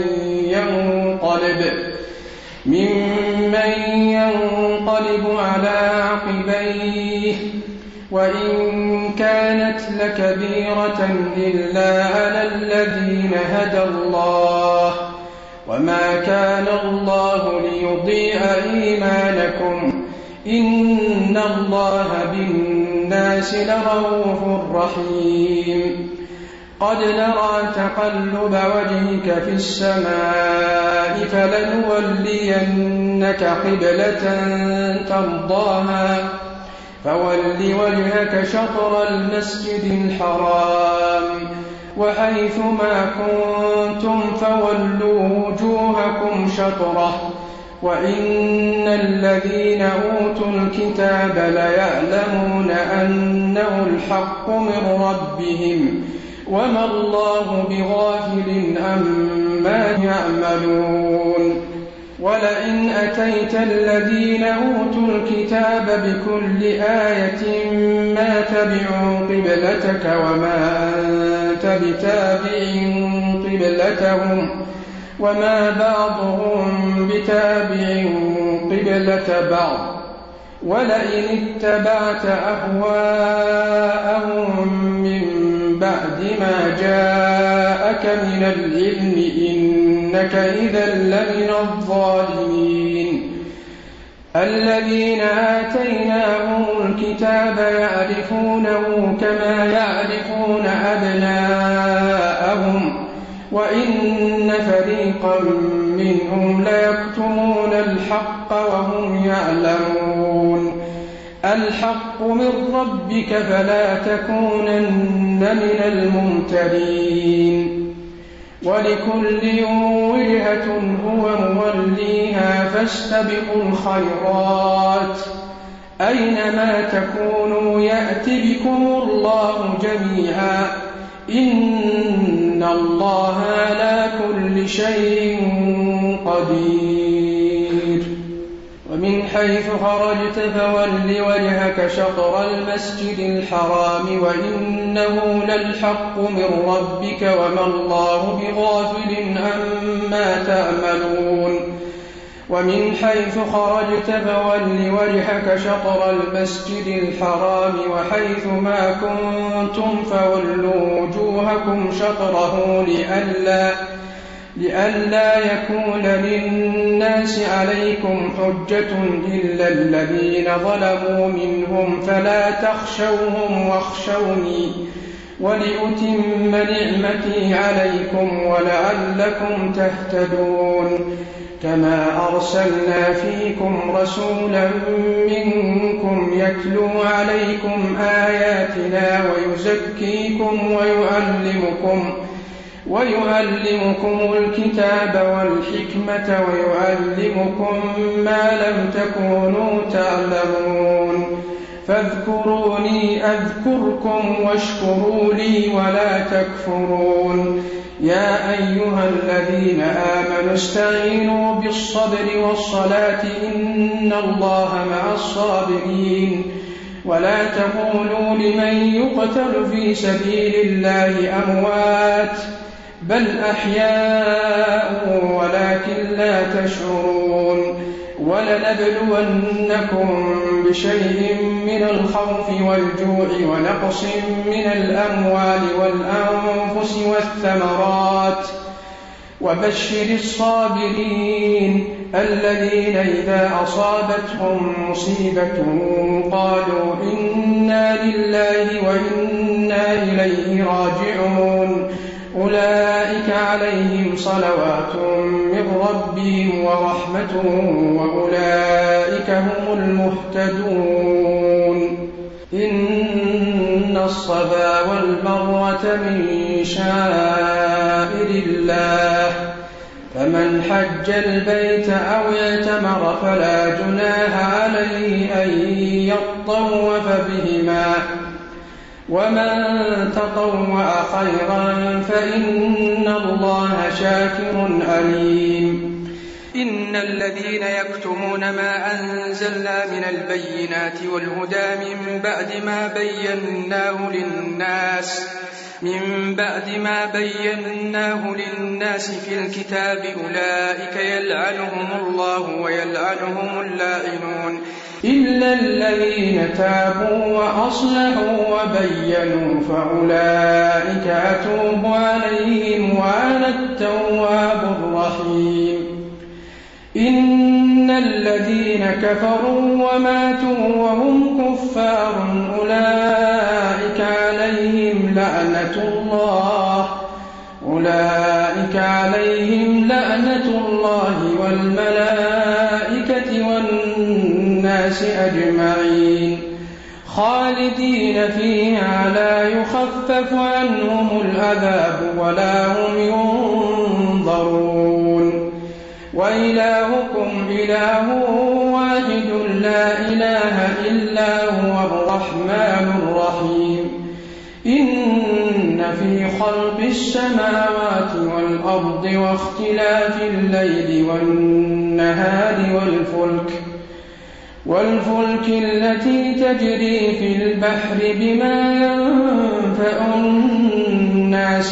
ينقلب على عقبيه وإن كانت لكبيرة إلا على الذين هدى الله وما كان الله ليضيع إيمانكم إن الله بالناس لرؤوف رحيم قد نرى تقلب وجهك في السماء فلنولينك قبلة ترضاها فول وجهك شطر المسجد الحرام وحيث ما كنتم فولوا وجوهكم شطره وإن الذين أوتوا الكتاب ليعلمون أنه الحق من ربهم وما الله بغافل عما يعملون ولئن أتيت الذين أوتوا الكتاب بكل آية ما تبعوا قبلتك وما أنت بتابع قبلتهم وما بعضهم بتابع قبلة بعض ولئن اتبعت أهواءهم من بعد ما جاءك من العلم إنك إذا لمن الظالمين الذين آتيناهم الكتاب يعرفونه كما يعرفون أبناءهم وإن فريقا منهم ليكتمون الحق وهم يعلمون الحق من ربك فلا تكونن من الممترين ولكل وجهة هو موليها فاستبقوا الخيرات أينما تكونوا يأت بكم الله جميعا إن الله على كل شيء قدير ومن حيث خرجت فول وجهك شطر المسجد الحرام وإنه للحق من ربك وما الله بغافل عما تعملون ومن حيث خرجت فول وجهك شطر المسجد الحرام وحيث ما كنتم فولوا وجوهكم شطره لئلا يكون للناس عليكم حجة إلا الذين ظلموا منهم فلا تخشوهم واخشوني ولأتم نعمتي عليكم ولعلكم تهتدون كما أرسلنا فيكم رسولا منكم يتلو عليكم آياتنا ويزكيكم ويعلمكم الكتاب والحكمة ويعلمكم ما لم تكونوا تعلمون فاذكروني أذكركم واشكروا لي ولا تكفرون يا أيها الذين آمنوا استعينوا بالصبر والصلاة إن الله مع الصابرين ولا تقولوا لمن يقتل في سبيل الله أموات بل أحياء ولكن لا تشعرون ولنبلونكم بشيء من الخوف والجوع ونقص من الأموال والأنفس والثمرات وبشر الصابرين الذين إذا أصابتهم مصيبة قالوا إنا لله وإنا إليه راجعون أولئك عليهم صلوات من ربهم ورحمة وأولئك هم المهتدون. إن الصفا والمروة من شعائر الله فمن حج البيت أو اعتمر فلا جناح عليه أن يطوف بهما ومن تطوع خيرا فإن الله شاكر عليم. إن الذين يكتمون ما أنزلنا من البينات والهدى من بعد ما بيناه للناس في الكتاب أولئك يلعنهم الله ويلعنهم اللاعنون إلا الذين تابوا وأصلحوا وبينوا فأولئك أتوب عليهم وأنا التواب الرحيم. إن الذين كفروا وماتوا وهم كفار أولئك عليهم لعنة الله والملائكة والناس أجمعين خالدين فيها لا يخفف عنهم العذاب ولا هم ينظرون. وإلهكم إله واحد لا إله إلا هو الرحمن الرحيم. إن في خلق السماوات والأرض واختلاف الليل والنهار والفلك التي تجري في البحر بما ينفع الناس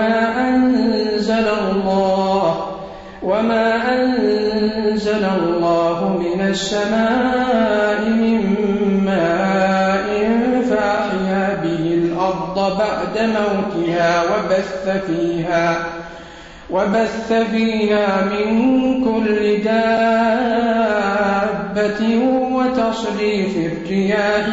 وما أنزل الله من السماء من ماء فأحيا به الأرض بعد موتها وبث فيها من كل دابة وتصريف الرياح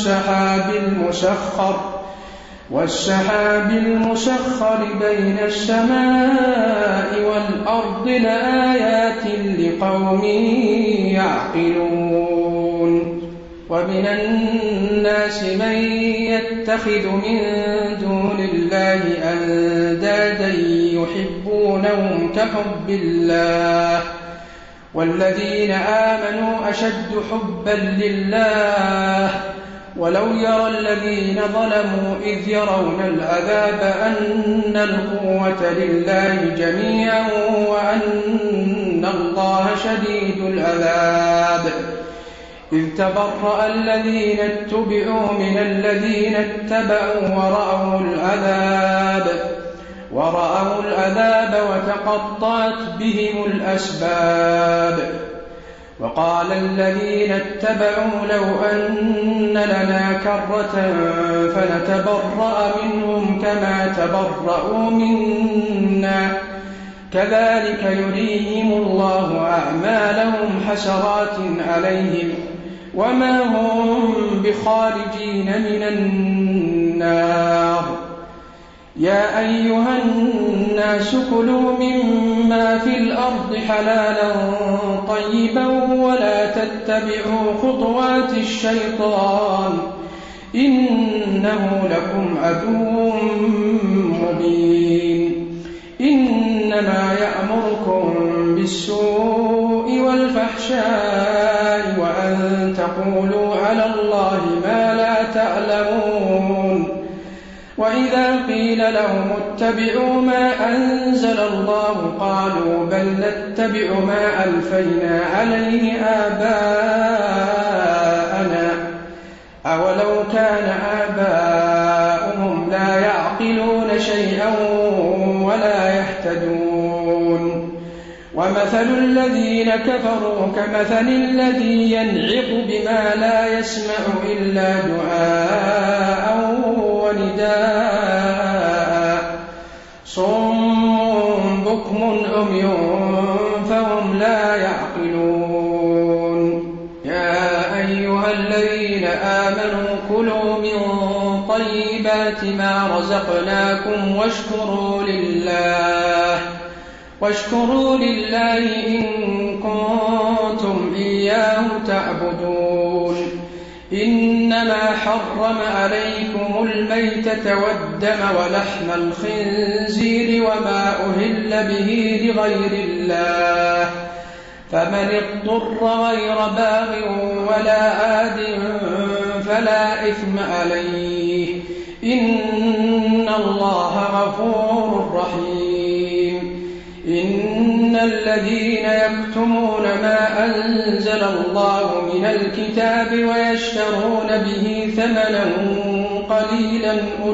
والسحاب المسخر بين السماء والأرض لآيات لقوم يعقلون. ومن الناس من يتخذ من دون الله أندادا يحبونهم كحب الله والذين آمنوا أشد حبا لله ولو يرى الذين ظلموا إذ يرون العذاب أن القوة لله جميعا وأن الله شديد العذاب. إذ تبرأ الذين اتبعوا من الذين اتبعوا ورأوا العذاب وتقطعت بهم الأسباب. وقال الذين اتبعوا لو أن لنا كرة فنتبرأ منهم كما تبرأوا منا كذلك يريهم الله أعمالهم حسرات عليهم وما هم بخارجين من النار. يا أيها الناس كلوا مما في الأرض حلالا طيبا ولا تتبعوا خطوات الشيطان إنه لكم عدو مبين. إنما يأمركم بالسوء والفحشاء وأن تقولوا على الله ما لا تعلمون. وإذا قيل لهم اتبعوا ما أنزل الله قالوا بل نتبع ما ألفينا عليه آباءنا أولو كان آباؤهم لا يعقلون شيئا ولا يهتدون. ومثل الذين كفروا كمثل الذي ينعق بما لا يسمع إلا دعاء ونداء صم بكم عمي فهم لا يعقلون. يا أيها الذين آمنوا كلوا من طيبات الطيبات ما رزقناكم واشكروا لله إن كنتم إياه تعبدون. إنما حرم عليكم الميتة والدم ولحم الخنزير وما أهل به لغير الله، فمن اضطر غير باغ ولا عاد فلا إثم عليه، إن الله غفور رحيم. إن الذين يكتمون ما أنزل الله من الكتاب ويشترون به ثمنا قليلا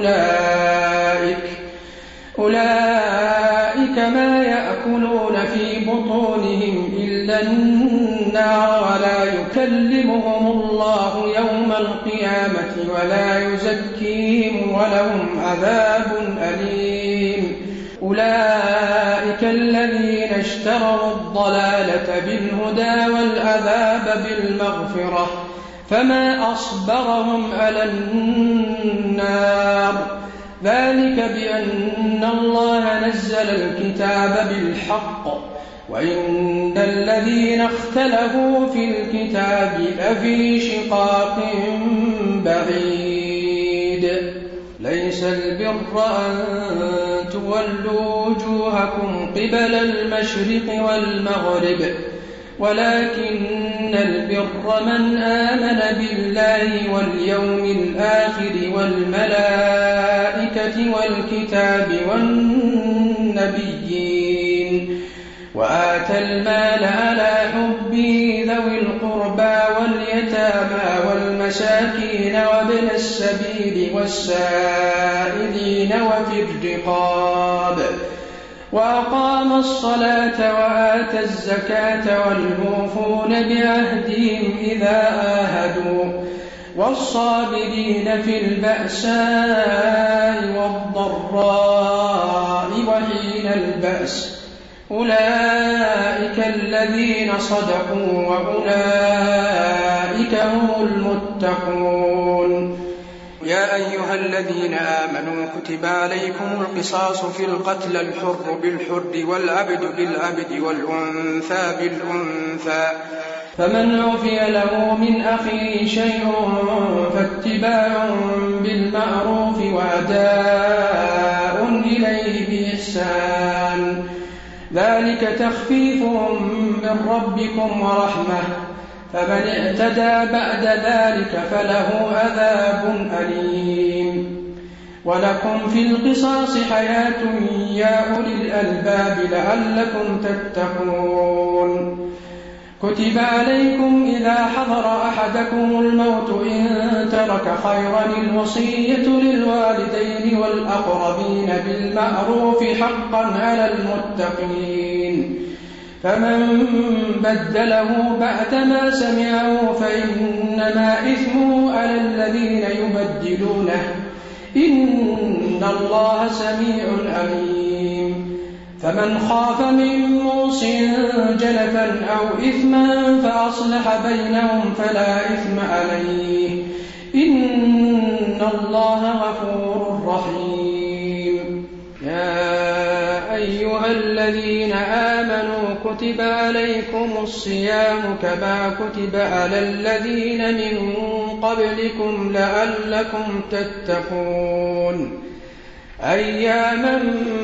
أولئك ما يأكلون في بطونهم إلا النار، ولا يكلمهم الله يوم القيامة ولا يزكيهم ولهم عذاب أليم. أولئك الذين اشتروا الضلالة بالهدى والعذاب بالمغفرة، فما أصبرهم على النار، ذلك بأن الله نزل الكتاب بالحق وإن الذين اختلفوا في الكتاب لفي شقاق بعيد. ليس البر أن تولوا وجوهكم قبل المشرق والمغرب، ولكن البر من آمن بالله واليوم الآخر والملائكة والكتاب والنبيين، وآتى المال على حبه ذوي القربى واليتامى والمساكين وابن السبيل والسائلين وفي الرقاب، وأقام الصلاة وآتى الزكاة والموفون بعهدهم إذا عاهدوا، والصابرين في البأساء والضراء وحين البأس، أولئك الذين صدقوا وأولئك هم المتقون. يا أيها الذين آمنوا كتب عليكم القصاص في القتلى، الحر بالحر والعبد بالعبد والأنثى بالأنثى، فمن عفي له من أخيه شيء فاتباع بالمعروف وأداء إليه بإحسان، ذلك تخفيف من ربكم ورحمة، فمن اعتدى بعد ذلك فله عذاب أليم. ولكم في القصاص حياة يا أولي الألباب لعلكم تتقون. كتب عليكم إذا حضر أحدكم الموت إن ترك خيرا الوصية للوالدين والأقربين بالمعروف حقا على المتقين، فمن بدله بعدما سمعه فإنما إثمه على الذين يبدلونه، إن الله سميع عليم. فمن خاف من موص جنفا أو إثما فأصلح بينهم فلا إثم عليه، إن الله غفور رحيم. يا أيها الذين آمنوا كتب عليكم الصيام كما كتب على الذين من قبلكم لعلكم تتقون، أياما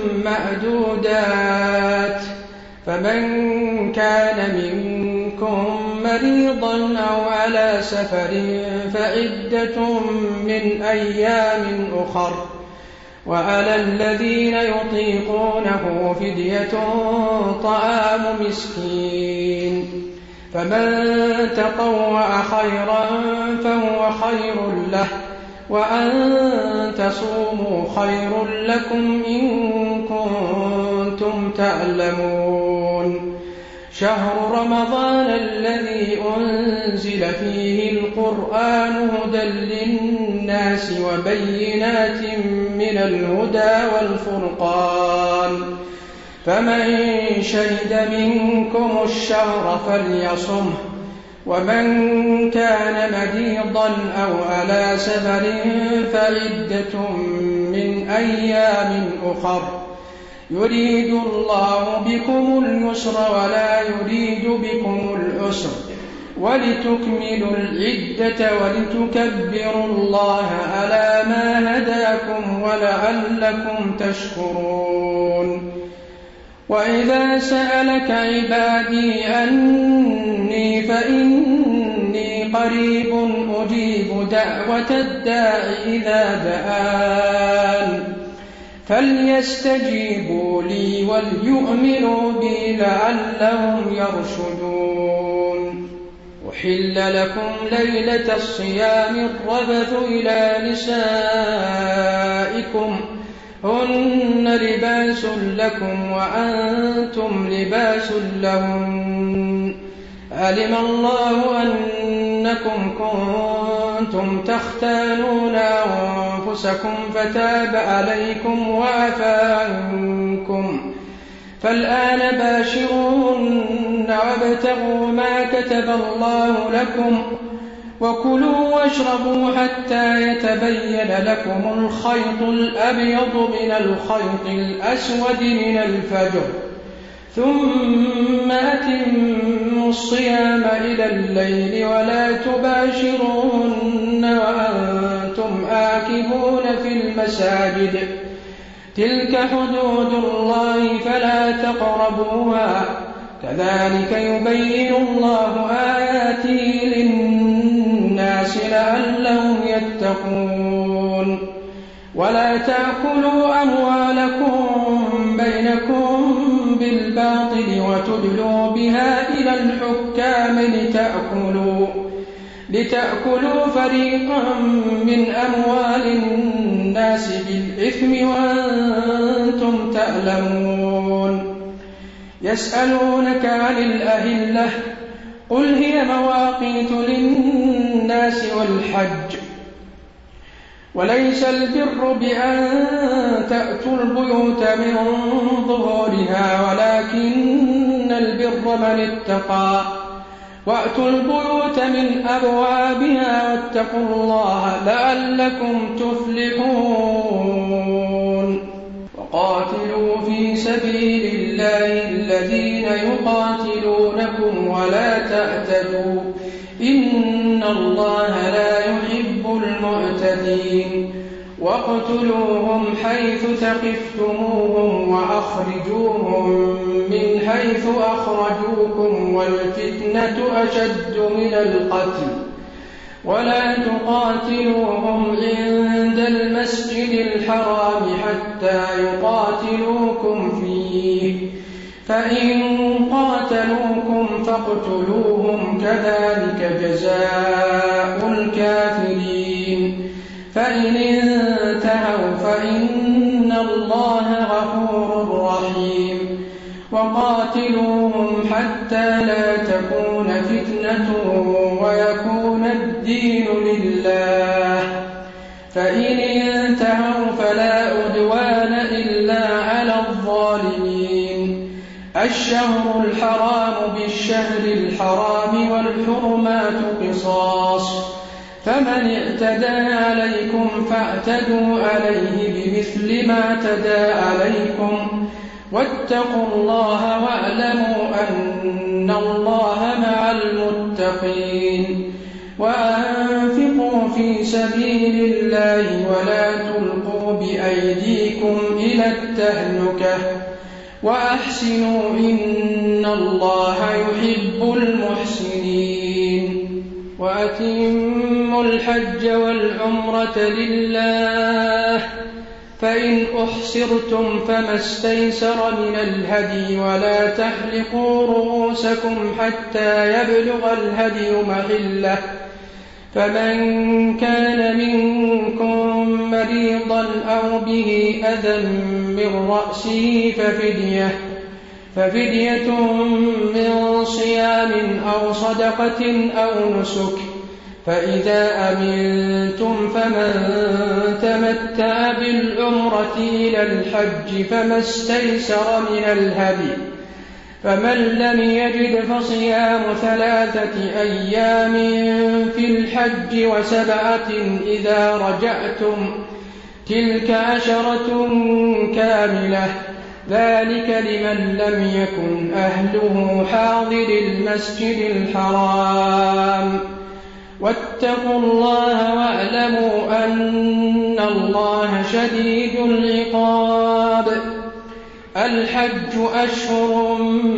معدودات، فمن كان منكم مريضا أو على سفر فعدة من أيام أخر، وعلى الذين يطيقونه فدية طعام مسكين، فمن تطوع خيرا فهو خير له، وأن تصوموا خير لكم إن كنتم تعلمون. شهر رمضان الذي أنزل فيه القرآن هدى للناس وبينات من الهدى والفرقان، فمن شهد منكم الشهر فليصمه، ومن كان مريضا أو على سفر فعدة من أيام أخر يريد الله بكم اليسر ولا يريد بكم العسر ولتكملوا العدة ولتكبروا الله على ما هداكم ولعلكم تشكرون. وإذا سألك عبادي أني فإني قريب أجيب دعوة الداع إذا دعان فليستجيبوا لي وليؤمنوا بي لعلهم يرشدون. أحل لكم ليلة الصيام الرفث إلى نسائكم هن لباس لكم وأنتم لباس لهن علم الله أنكم كنتم تختانون أنفسكم فتاب عليكم وعفى عنكم فالآن باشروهن وابتغوا ما كتب الله لكم وكلوا واشربوا حتى يتبين لكم الخيط الأبيض من الخيط الأسود من الفجر ثم أتموا الصيام إلى الليل ولا تباشروهن وأنتم آكفون في المساجد تلك حدود الله فلا تقربوها كذلك يبين الله آياته للناس لعلهم يتقون. ولا تأكلوا أموالكم بينكم بالباطل وتدلوا بها إلى الحكام لتأكلوا فريقا من أموال الناس بالإثم وأنتم تعلمون. يسألونك عن الأهلة قل هي مواقيت للناس والحج وليس البر بأن تأتوا البيوت من ظهورها ولكن البر من اتقى وأتوا البيوت من أبوابها واتقوا الله لعلكم تفلحون. وقاتلوا في سبيل الله الذين يقاتلونكم ولا تعتدوا إن الله لا يحب المعتدين. واقتلوهم حيث ثقفتموهم وأخرجوهم من حيث أخرجوكم والفتنة أشد من القتل ولا تقاتلوهم عند المسجد الحرام حتى يقاتلوكم فيه فإن قاتلوكم فاقتلوهم كذلك جزاء الكافرين. فإن انتهوا فإن الله غفور رحيم. وقاتلوهم حتى لا تكون فتنة ويكون الدين لله فإن انتهوا فلا عدوان إلا على الظالمين. الشهر الحرام بالشهر الحرام والحرمات قصاص فمن اعتدى عليكم فاعتدوا عليه بمثل ما اعتدى عليكم واتقوا الله واعلموا أن الله مع المتقين. وأنفقوا في سبيل الله ولا تلقوا بأيديكم إلى التهلكة وأحسنوا إن الله يحب المحسنين. وأتموا الحج والعمرة لله فإن أحصرتم فما استيسر من الهدي ولا تحلقوا رؤوسكم حتى يبلغ الهدي محله فمن كان منكم مريضا أو به أذى من رأسه ففدية من صيام أو صدقة أو نسك فإذا أمنتم فمن تمتع بالعمرة إلى الحج فما استيسر من الهدي فمن لم يجد فصيام 3 أيام في الحج و7 إذا رجعتم تلك 10 كاملة، ذلك لمن لم يكن أهله حاضر المسجد الحرام. واتقوا الله واعلموا أن الله شديد العقاب. الحج أشهر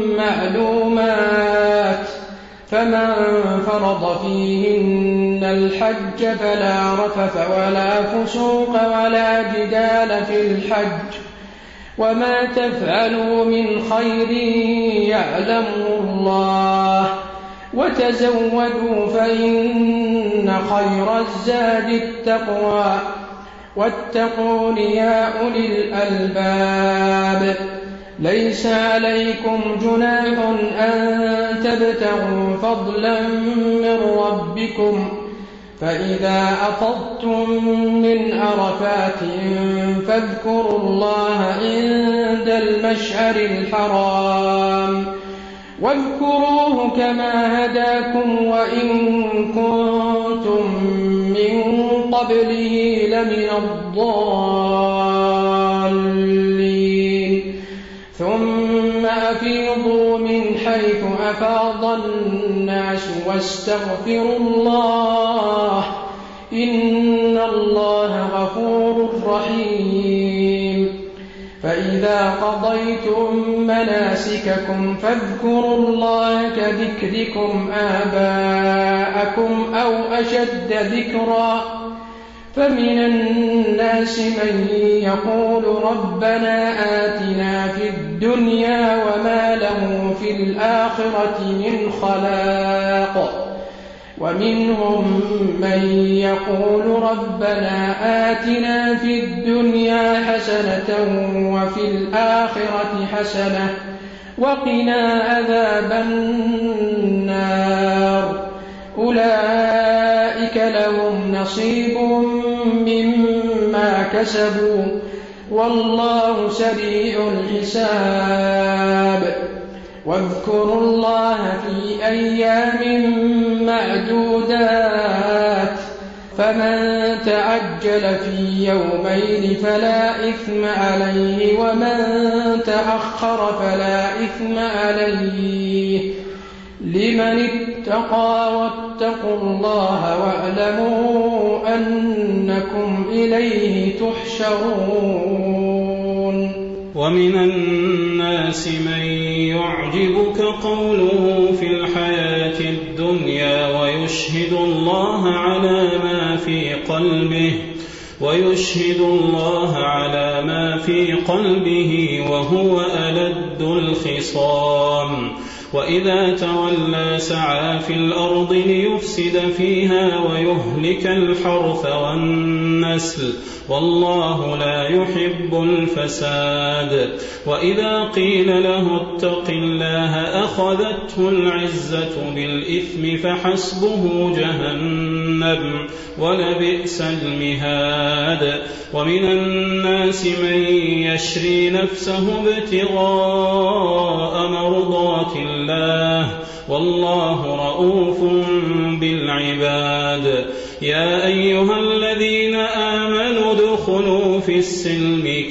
معلومات، فمن فرض فيهن الحج فلا رفث ولا فسوق ولا جدال في الحج، وما تفعلوا من خير يعلمه الله، وتزودوا فإن خير الزاد التقوى، واتقون يا أولي الألباب. ليس عليكم جناح أن تبتغوا فضلا من ربكم، فإذا أفضتم من عرفات فاذكروا الله عند المشعر الحرام، واذكروه كما هداكم وإن كنتم من قبله لمن الضالين. ثم أفيضوا من حيث أفاض الناس واستغفروا الله، إن الله غفور رحيم. فإذا قضيتم مناسككم فاذكروا الله كذكركم آباءكم أو أشد ذكرا. فمن الناس من يقول ربنا آتنا في الدنيا وما له في الآخرة من خلاق، ومنهم من يقول ربنا آتنا في الدنيا حسنة وفي الآخرة حسنة وقنا عذاب النار. أولئك لهم نصيب مما كسبوا، والله سريع الحساب. واذكروا الله في أيام معدودات، فمن تعجل في يومين فلا إثم عليه، ومن تأخر فلا إثم عليه، لمن اتقى. واتقوا الله واعلموا أنكم إليه تحشرون. ومن الناس من يعجبك قوله في الحياة الدنيا ويشهد الله على ما في قلبه وهو ألد الخصام. وإذا تولى سعى في الأرض ليفسد فيها ويهلك الحرث والنسل، والله لا يحب الفساد. وإذا قيل له اتق الله أخذته العزة بالإثم فحسبه جهنم ولبئس المهاد. ومن الناس من يشري نفسه ابتغاء مرضات الله، والله رؤوف بالعباد. يا أيها الذين آمنوا ادخلوا في السلم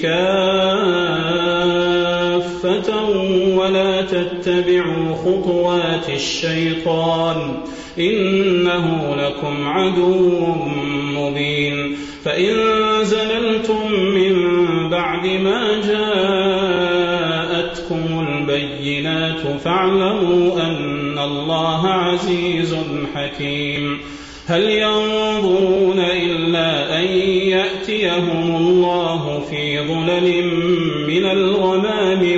كافة ولا تتبعوا خطوات الشيطان، إنه لكم عدو مبين. فإن زللتم من بعد ما جاءتكم البينات فاعلموا أن الله عزيز حكيم. هل ينظرون إلا أن يأتيهم الله في ظلل من الغمام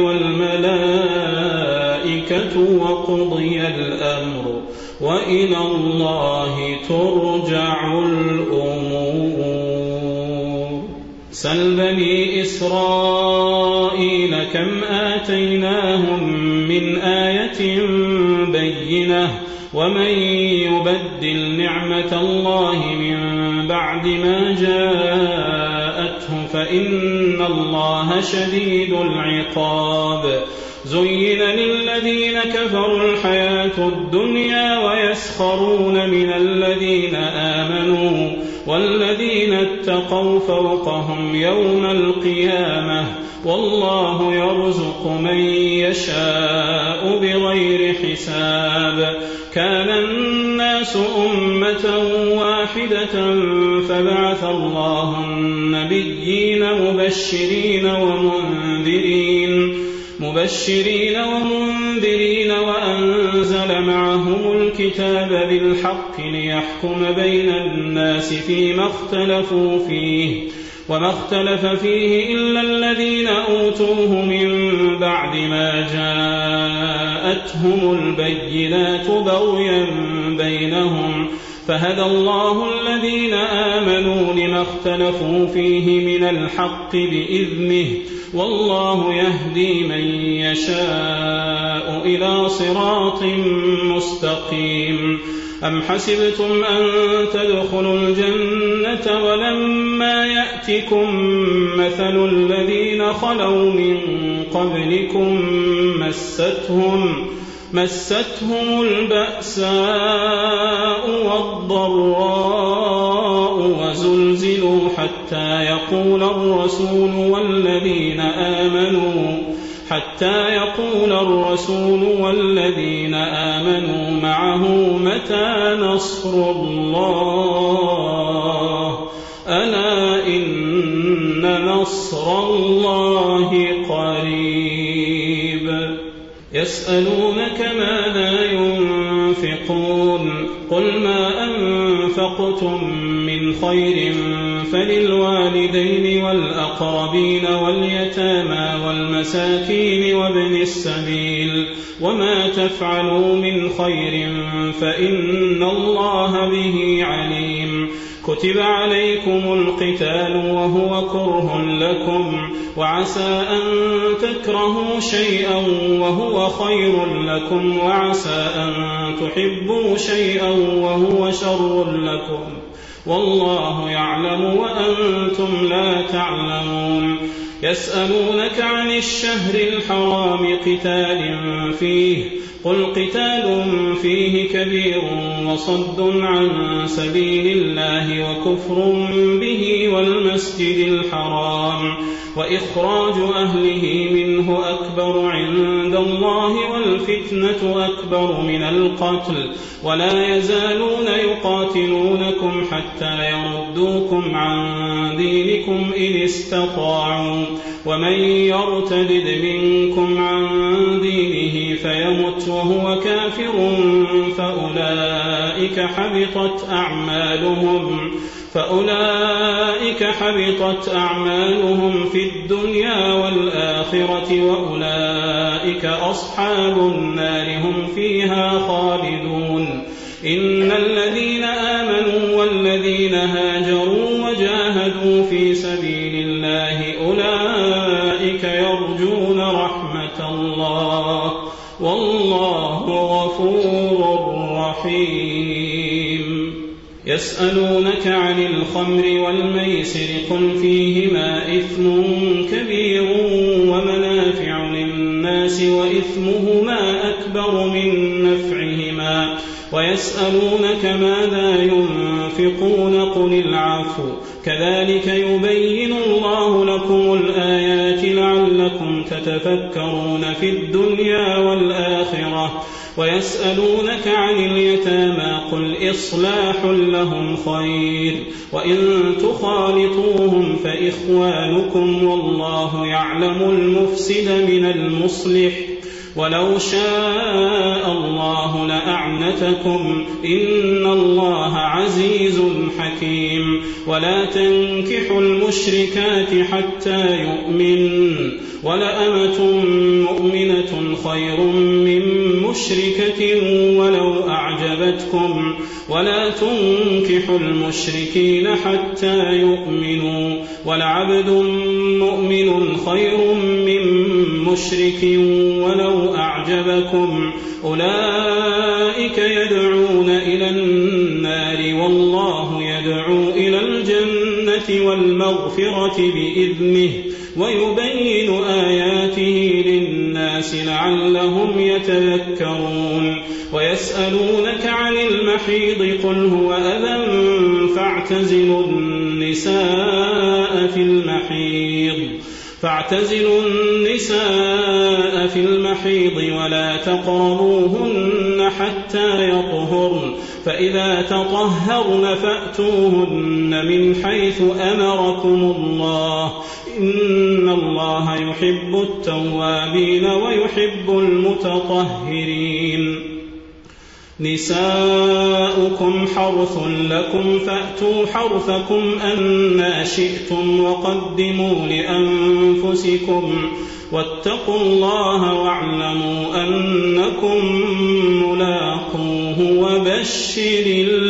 والملائكة وقضي الأمر وإلى الله ترجع الأمور. سل بني إسرائيل كم آتيناهم من آية بينة، ومن يبدل نعمة الله من بعد ما جاءته فإن الله شديد العقاب. زين للذين كفروا الحياة الدنيا ويسخرون من الذين آمنوا والذين اتقوا فوقهم يوم القيامة والله يرزق من يشاء بغير حساب. كان الناس أمة واحدة فبعث الله النبيين مبشرين ومنذرين وأنزل معهم الكتاب بالحق ليحكم بين الناس فيما اختلفوا فيه وما اختلف فيه إلا الذين أوتوه من بعد ما جاءتهم البينات بغيا بينهم فهدى الله الذين آمنوا لما اختلفوا فيه من الحق بإذنه والله يهدي من يشاء إلى صراط مستقيم. أم حسبتم أن تدخلوا الجنة ولما يأتكم مثل الذين خلوا من قبلكم مستهم البأساء والضراء وزلزلوا حتى يقول الرسول والذين آمنوا معه متى نصر الله ألا إن نصر الله قريب. يسألونك ماذا ينفقون قل ما أنفقتم من خير فللوالدين والأقربين واليتامى والمساكين وابن السبيل وما تفعلوا من خير فإن الله به عليم. كتب عليكم القتال وهو كره لكم وعسى أن تكرهوا شيئا وهو خير لكم وعسى أن تحبوا شيئا وهو شر لكم والله يعلم وأنتم لا تعلمون. يسألونك عن الشهر الحرام قتال فيه قل قتال فيه كبير وصد عن سبيل الله وكفر به والمسجد الحرام وإخراج أهله منه أكبر عند الله والفتنة أكبر من القتل ولا يزالون يقاتلونكم حتى يردوكم عن دينكم إن استطاعوا ومن يرتد منكم عن دينه فيمت وهو كافر فأولئك حبطت أعمالهم في الدنيا والآخرة وأولئك أصحاب النار هم فيها خالدون. إن الذين آمنوا والذين هاجروا وجاهدوا في سبيل الله أولئك يرجون رحمة الله والله غفور رحيم. يسألونك عن الخمر والميسر قل فيهما إثم كبير ومنافع للناس وإثمهما أكبر من نفعهما ويسألونك ماذا ينفقون قل العفو كذلك يبين الله لكم الآيات لعلكم تتفكرون في الدنيا والآخرة. ويسألونك عن اليتامى قل إصلاح لهم خير وإن تخالطوهم فإخوانكم والله يعلم المفسد من المصلح ولو شاء الله لأعنتكم إن الله عزيز حكيم. ولا تنكحوا المشركات حتى يؤمن ولأمة مؤمنة خير من مشركة ولو أعجبتكم ولا تنكحوا المشركين حتى يؤمنوا ولعبد مؤمن خير من مشرك ولو أعجبكم أولئك يدعون إلى النار والله يدعو إلى الجنة والمغفرة بإذنه ويبين آياته للناس لعلهم يتذكرون. ويسألونك عن المحيض قل هو أذى فاعتزلوا النساء في المحيض ولا تقربوهن حتى يطهرن فإذا تطهرن فأتوهن من حيث أمركم الله إن الله يحب التوابين ويحب المتطهرين. نساؤكم حرث لكم فأتوا حرثكم أنى شئتم وقدموا لأنفسكم واتقوا الله واعلموا أنكم ملاقوه وبشر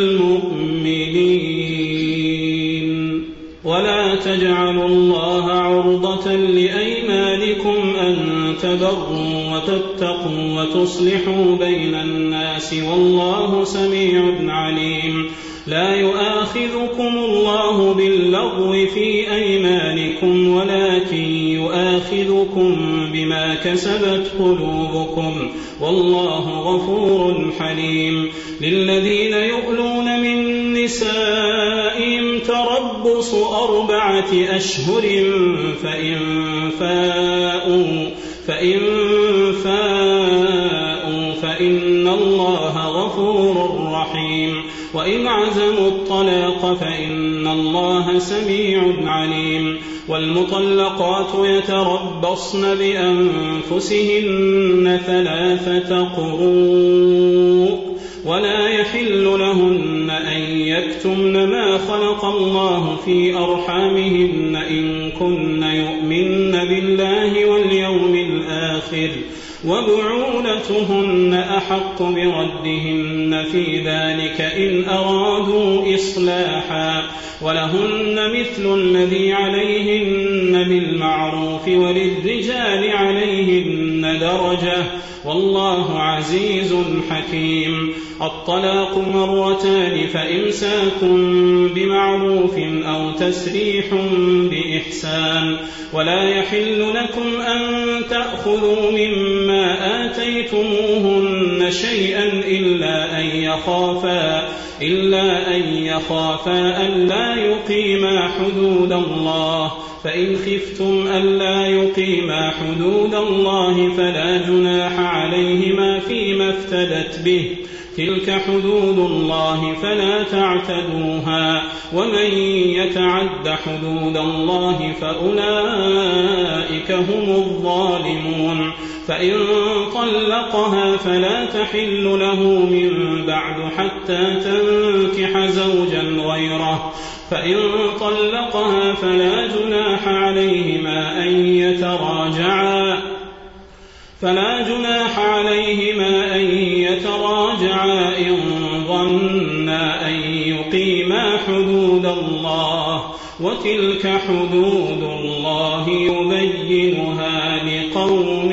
المؤمنين. ولا تجعلوا الله عرضة لأيمانكم أن تبروا وتتقوا وتصلحوا بين الناس والله سميع عليم. لا يؤاخذكم الله باللغو في أيمانكم ولكن يؤاخذكم بما كسبت قلوبكم والله غفور حليم. للذين يؤلون من نسائهم تربص 4 أشهر فإن فاءوا فإن الله غفور رحيم. وإن عزموا الطلاق فإن الله سميع عليم. والمطلقات يتربصن بأنفسهن 3 قروء ولا يحل لهن أن يكتمن ما خلق الله في أرحامهن إن كن يؤمن بالله واليوم الآخر وبعولتهن أحق بردهن في ذلك إن أرادوا إصلاحا ولهن مثل الذي عليهن بالمعروف وللرجال عليهن درجة والله عزيز حكيم. الطلاق 2 فإمساك بمعروف أو تسريح بإحسان. ولا يحل لكم أن تأخذوا مما آتيتموهن شيئا إلا أن يخافا ألا يقيما حدود الله فإن خفتم ألا يقيما حدود الله فلا جناح عليهما فيما افتدت به تلك حدود الله فلا تعتدوها ومن يتعد حدود الله فأولئك هم الظالمون. فإن طلقها فلا تحل له من بعد حتى تنكح زوجا غيره فإن طلقها فلا جناح عليهما أن يتراجعا إن ظنا أن يقيما حدود الله وتلك حدود الله يبينها لقوم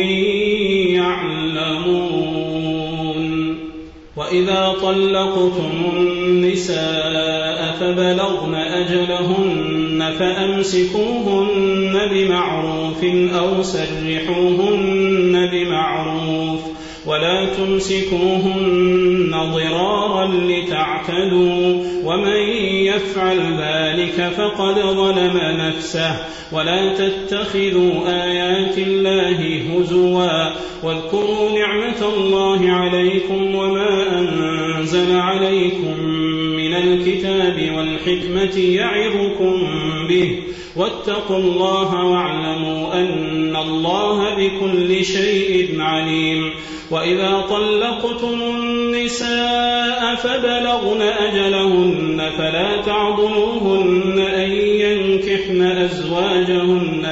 يعلمون. وإذا طلقتم النساء فبلغن أجلهن فأمسكوهن بمعروف أو سرحوهن بمعروف ولا تمسكوهن ضرارا لتعتدوا ومن يفعل ذلك فقد ظلم نفسه. ولا تتخذوا آيات الله هزوا واذكروا نعمة الله عليكم وما أنزل عليكم من الكتاب والحكمة يعظكم به واتقوا الله واعلموا أن الله بكل شيء عليم. وإذا طلقتم النساء فبلغن أجلهن فلا تعضلوهن أن ينكحن أزواجهن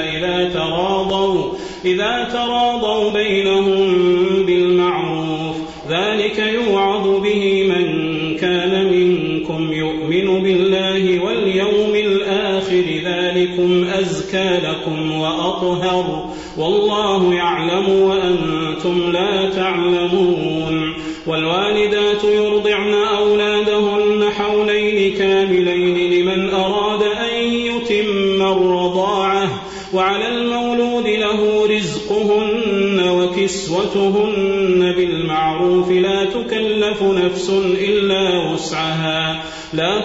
إذا تراضوا بينهم بالمعروف ذلك يوعظ به من كان منكم يؤمن بالله واليوم الآخر ذلكم أزكى لكم وأطهر والله يعلم وأنتم لا تعلمون. والوالدات يرضعن أولادهن حولين كاملين لمن أراد أن يتم الرضاعة وعلى المولود له رزقهن وكسوتهن بالمعروف لا تكلف نفس إلا وسعها لا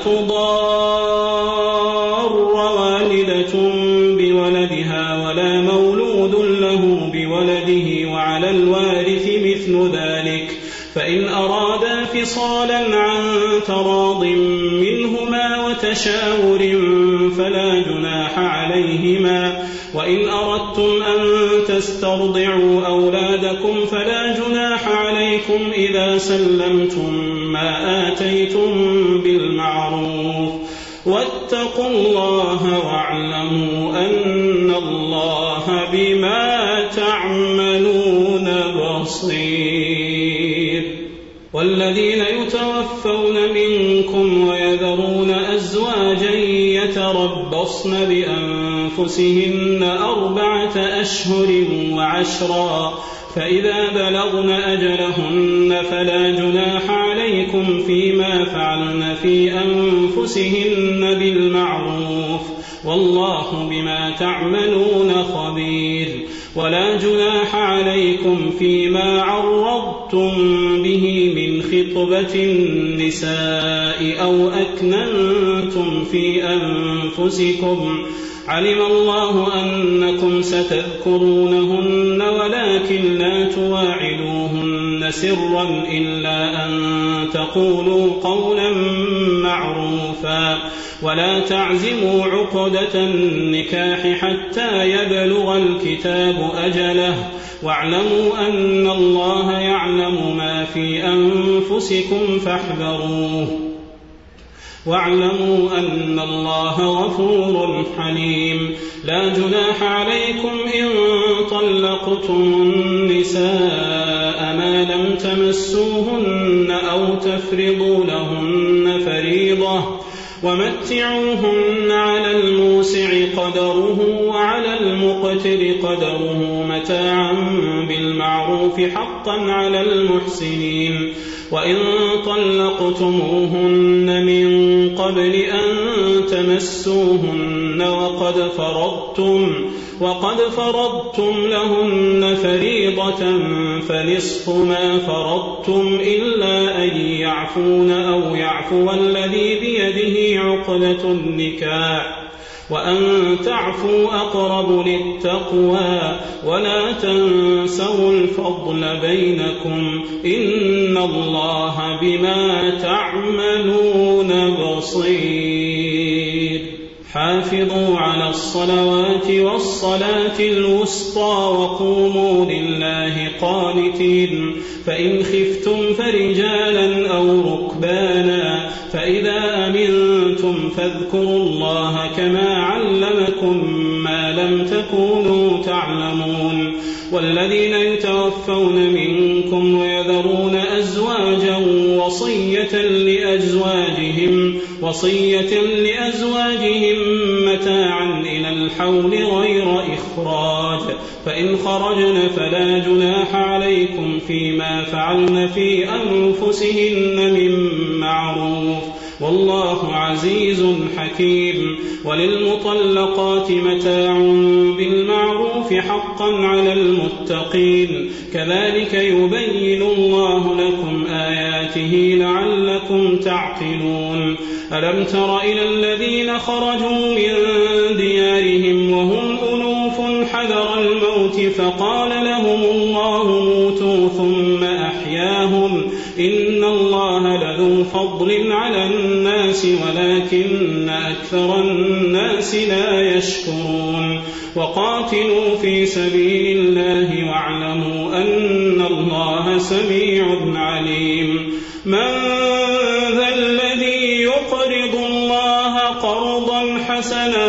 تضار والدة بولدها ولا مولود له بولده وعلى الوارث مثل ذلك فإن أرادا فصالا عن تراض منهما وتشاور فلا جناح عليهما وإن أردتم أن تسترضعوا أولادكم فلا جناح عليكم إذا سلمتم ما آتيتم بالمعروف واتقوا الله واعلموا أن الله بما تعملون بصير. والذين يتوفون منكم ويذرون أزواجا يتربصن بأنفسهن 4 أشهر وعشرا فإذا بلغن أجلهن فلا جناح عليكم فيما فعلن في أنفسهن بالمعروف والله بما تعملون خبير. ولا جناح عليكم فيما عرضتم به من خطبة النساء أو أكننتم في أنفسكم علم الله أنكم ستذكرونهن ولكن لا تواعدوهن سرا إلا أن تقولوا قولا معروفا ولا تعزموا عقدة النكاح حتى يبلغ الكتاب أجله واعلموا أن الله يعلم ما في أنفسكم فاحذروه واعلموا أن الله غفور حليم. لا جناح عليكم إن طلقتم النساء ما لم تمسوهن أو تفرضوا لهن فريضة ومتعوهن على الموسع قدره وعلى المقتر قدره متاعا بالمعروف حقا على المحسنين. وإن طلقتموهن من قبل أن تمسوهن وقد فرضتم لهن فريضة فنصف ما فرضتم إلا أن يعفون أو يعفو الذي بيده عقدة النكاح وأن تعفوا أقرب للتقوى ولا تنسوا الفضل بينكم إن الله بما تعملون بصير. حافظوا على الصلوات والصلاة الوسطى وقوموا لله قانتين فإن خفتم فرجالا أو ركبانا فإذا أمنتم فاذكروا الله كما علمكم ما لم تكونوا تعلمون. والذين يتوفون منكم ويذرون أزواجا وصية لأزواجهم متاعا إلى الحول غير إخراج فإن خرجن فلا جناح عليكم فيما فعلن في أنفسهن من معروف والله عزيز حكيم. وللمطلقات متاع بالمعروف حقا على المتقين كذلك يبين الله لكم آياته لعلكم تعقلون. ألم تر إلى الذين خرجوا من ديارهم وهم ألوف حذر الموت فقال لهم الله موتوا ثم أحياهم إن الله لذو فضل على الناس ولكن أكثر الناس لا يشكرون. وقاتلوا في سبيل الله واعلموا أن الله سميع عليم. من ذا الذي يقرض الله قرضا حسنا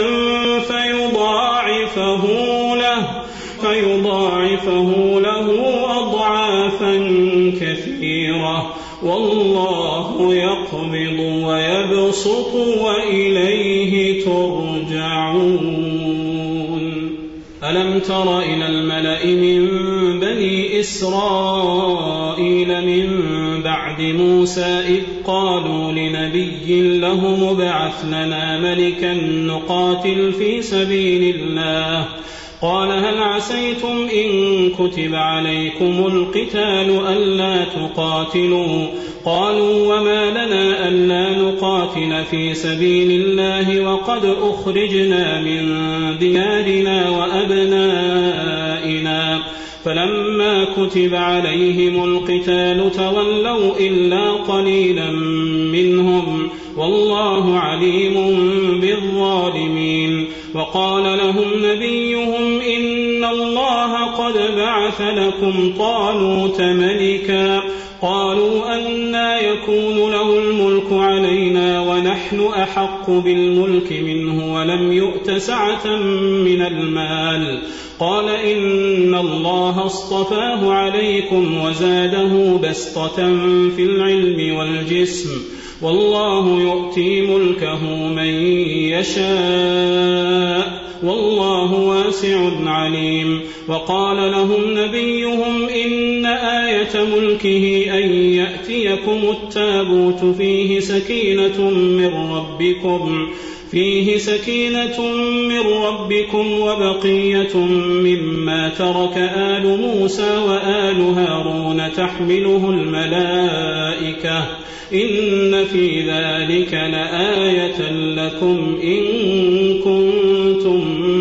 فيضاعفه له أضعافا كثيرة والله يقبض ويبسط وإليه ترجعون. ألم تر إلى الملأ من بني إسرائيل من بعد موسى إذ قالوا لنبي له ابعث لنا ملكا نقاتل في سبيل الله قال هل عسيتم إن كتب عليكم القتال ألا تقاتلوا قالوا وما لنا ألا نقاتل في سبيل الله وقد أخرجنا من ديارنا وأبنائنا فلما كتب عليهم القتال تولوا إلا قليلا منهم والله عليم بالظالمين وقال لهم نبيهم إن الله قد بعث لكم طالوت ملكا قالوا أنى يكون له الملك علينا ونحن أحق بالملك منه ولم يؤت سعة من المال قال إن الله اصطفاه عليكم وزاده بسطة في العلم والجسم والله يؤتي ملكه من يشاء والله واسع عليم وقال لهم نبيهم إن آية ملكه أن يأتيكم التابوت فيه سكينة من ربكم وبقية مما ترك آل موسى وآل هارون تحمله الملائكة إن في ذلك لآية لكم إن كنتم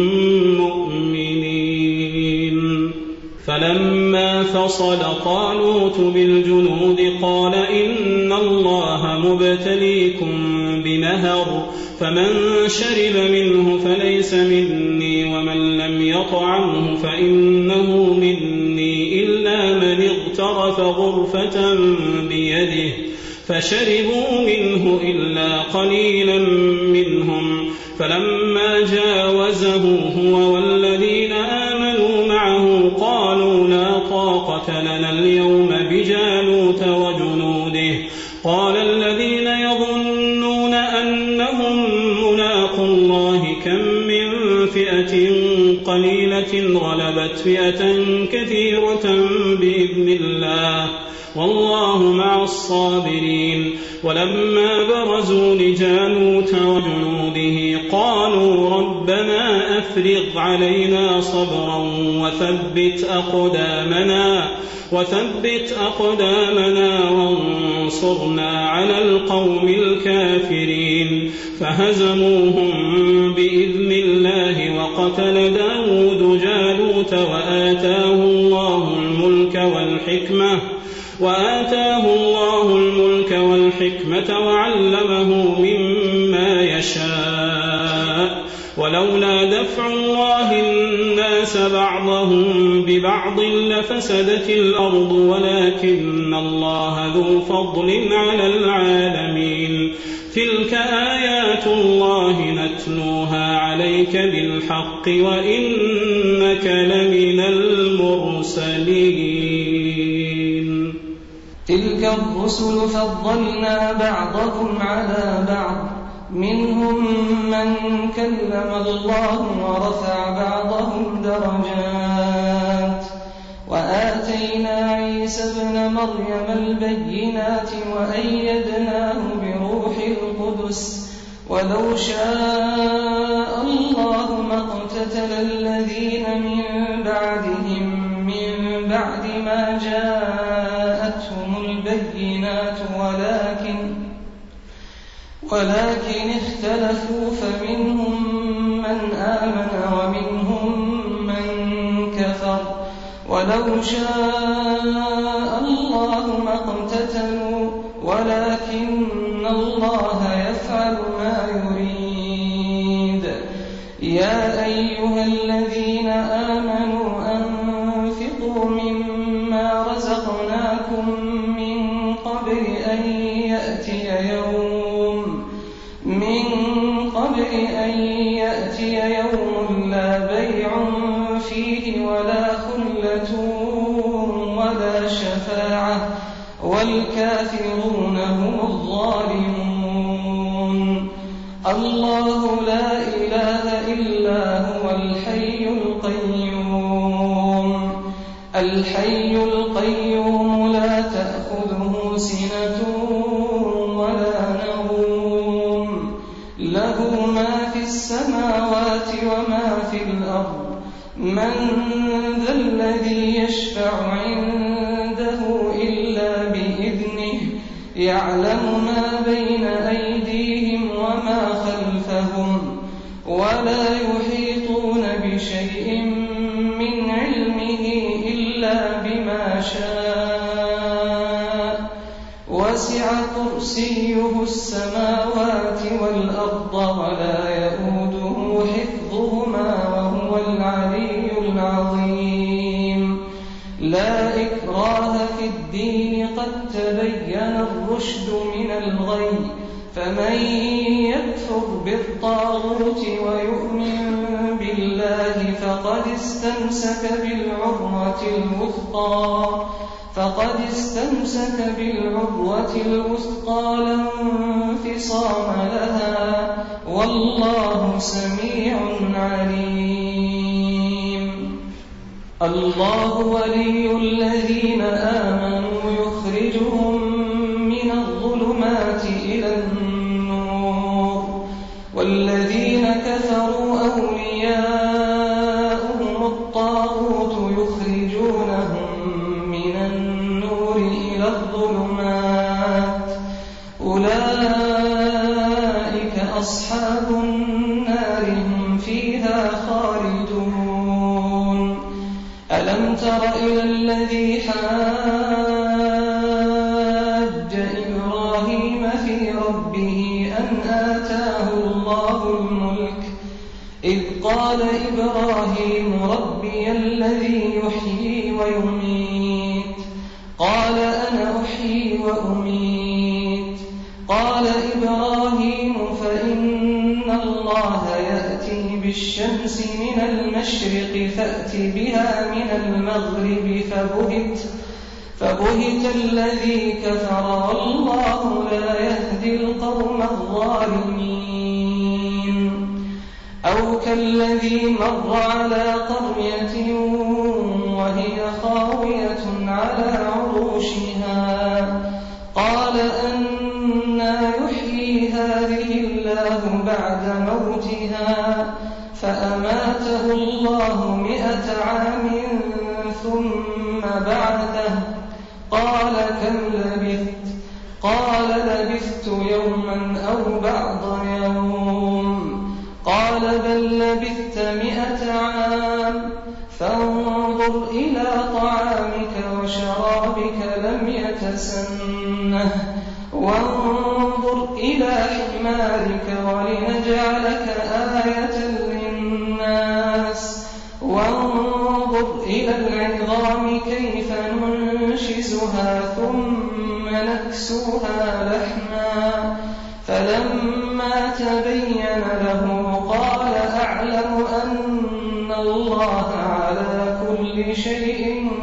مؤمنين فلما فصل طالوت بالجنود قال إن الله مبتليكم بنهر فمن شرب منه فليس مني ومن لم يطعمه فإنه مني إلا من اغترف غرفة بيده فشربوا منه إلا قليلا منهم فلما جاوزه هو والذين آمنوا معه قالوا لا طاقة لنا اليوم بجالوت وجنوده قال الذين يظنون أنهم ملاقوا الله كم من فئة قليلة غلبت فئة كثيرة بإذن الله والله مع الصابرين ولما برزوا لجالوت وجنوده قالوا ربنا أفرغ علينا صبرا وثبت أقدامنا وانصرنا على القوم الكافرين فهزموهم بإذن الله وقتل داود جالوت وآتاه الله الملك والحكمة وعلمه مما يشاء ولولا دفع الله الناس بعضهم ببعض لفسدت الأرض ولكن الله ذو فضل على العالمين تلك آيات الله نتلوها عليك بالحق وإنك لمن المرسلين تلك الرسل فضلنا بعضهم على بعض منهم من كلم الله ورفع بعضهم درجات وآتينا عيسى ابن مريم البينات وأيدناه بروح القدس ولو شاء الله ما اقتتل الذين من بعدهم من بعد ما جاءتهم البينات ولكن اختلفوا فمنهم من آمن ومنهم من كفر ولو شاء الله ما اقتتلوا ولكن الله يفعل ما يريد يا أيها الذين آمنوا أنفقوا مما رزقناكم من قبل أن يأتي يوم لا بيع فيه ولا خلة ولا شفاعة والكافرون هم الظالمون الله لا إله إلا هو الحي القيوم لا تأخذه سنة ولا نوم له ما في السماوات وما في الأرض من ذا الذي يشفع عنده إلا بإذنه يعلم ما بين أيديهم وما خلفهم ولا يحيطون بشيء من علمه إلا بما شاء وسع كرسيه السماوات والأرض ولا يئوده حفظهما وهو العلي العظيم لا إكراه في الدين قد تبين الرشد من الغي فمن يكفر بالطاغوت ويؤمن بالله فقد استمسك بالعروة الوثقى لا انفصام لها والله سميع عليم الله ولي الذين آمنوا يخرجهم من الظلمات إلى النور والذين كفروا أولياؤهم الطاغوت يخرجونهم من النور إلى الظلمات أولئك أصحاب النار هم فيها خالدون ألم تر إلى الذي حاج إبراهيم في ربه أن آتاه الله الملك إذ قال إبراهيم ربي الذي يحيي ويميت قال أنا أحيي وأميت قال إبراهيم فإن الله يأتي بالشمس من المشرق فأت بها من المغرب فبهت الذي كفر والله لا يهدي القوم الظالمين أو كالذي مر على قرية وهي خاوية على عروشها قال أنى يحيي هذه الله بعد موتها فأماته الله 100 عام ثم بعثه قال كم لبثت قال لبثت يوما أو بعض يوم قال بل لبثت 100 عام فانظر إلى طعامك وشرابك لم يتسنه وانظر إلى حمارك ولنجعلك آية للناس وانظر إلى العظام كيف ننشزها ثم نكسوها لحما فلما تبين له قال أعلم أن الله على كل شيء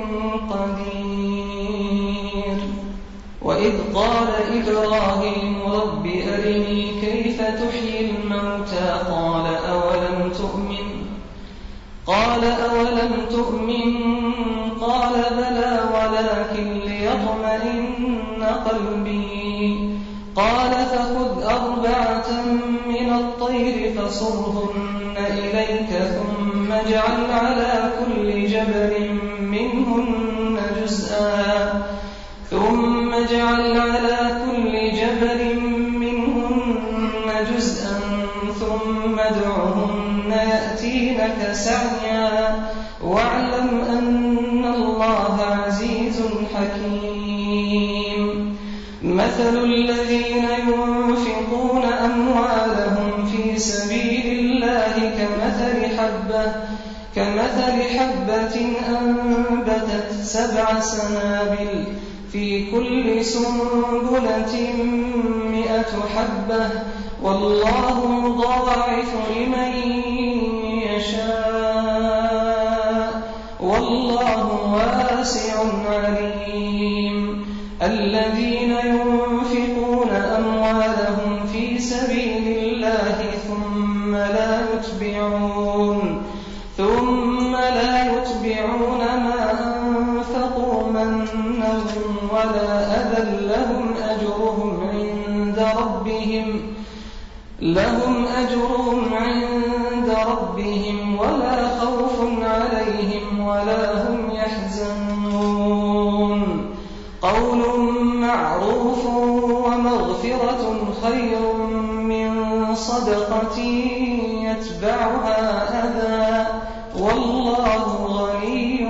قدير وإذ قال إبراهيم رب أرني كيف تحيي الموتى قال أولم تؤمن قال بلى ولكن ليطمئن قلبي قال فخذ 4 من الطير فصرهن إليك ثم اجعل على كل جبل منهن جزءا ثم ادعهن يأتينك سعيا واعلم أن الله عزيز حكيم مثل الذين ينفقون أموالهم في سبيل الله كمثل حبة أنبتت 7 سنابل في كل سنبلة 100 حبة والله يضاعف لمن يشاء والله واسع عليم الذين ينفقون أموالهم في سبيل الله ثم لا يتبعون ما أنفقوا منا ولا أذى لهم أجرهم عند ربهم ولا خوف عليهم ولا هم يحزنون قول معروف ومغفرة خير من صدقة يتبعها أذى والله غني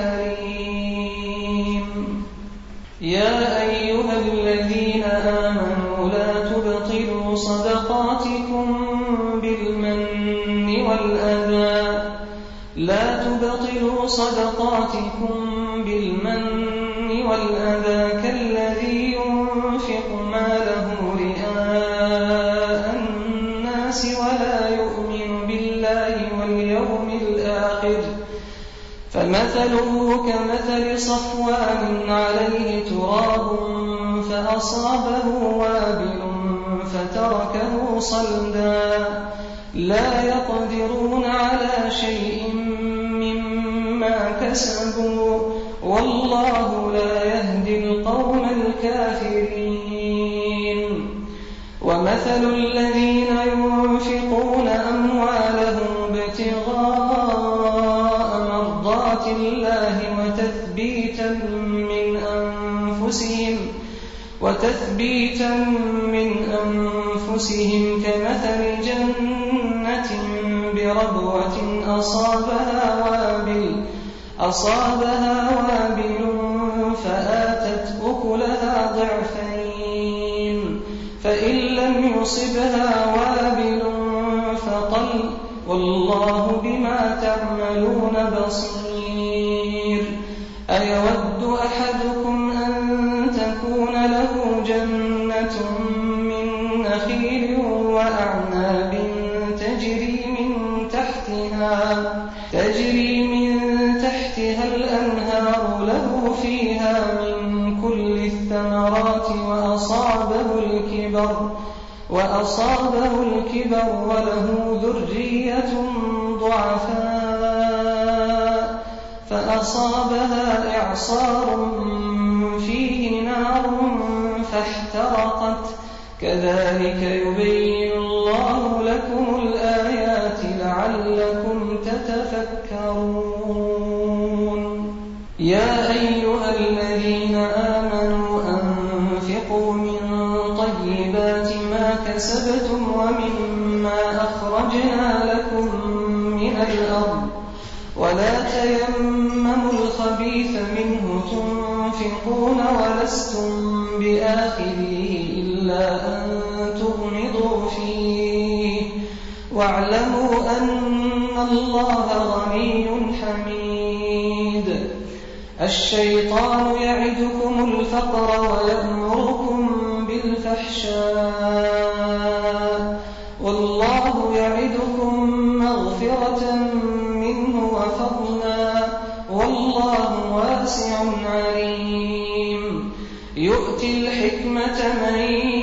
حليم يا أيها الذين آمنوا لا تبطلوا صدقاتكم بالمن والأذى كالذي ينفق ماله رئاء الناس ولا يؤمن بالله واليوم الآخر فمثله كمثل صفوان عليه تراب فأصابه وابل فتركه صلدا لا يقدرون على شيء مما كسبوا والله لا يهدي القوم الكافرين ومثل الذين ينفقون أموالهم ابتغاء مرضات الله وتثبيتا من أنفسهم كمثل جنة بربوة أصابها وابل فآتت أكلها ضعفين فإن لم يصبها وابل فطل والله بما تعملون بصير أيود أحدكم أن تكون له جنة من نخيل وأعناب تجري من تحتها الأنهار له فيها من كل الثمرات وأصابه الكبر وله ذرية ضعفاء فأصابها إعصار فيه نار فاحترقت كذلك يبين الله لكم الآيات لعلكم تتفكرون يا أيها الذين آمنوا أنفقوا من طيبات ما كسبتم ومما أخرجنا لكم من الأرض ولا تيمموا الخبيث منه تنفقون ولستم بآخذه إلا أن تغمضوا فيه واعلموا أن الله غني حميد الشيطان يعدكم الفقر ويأمركم بالفحشاء والله يعدكم مغفرة منه وفضلا والله واسع عليم يؤتي الحكمة من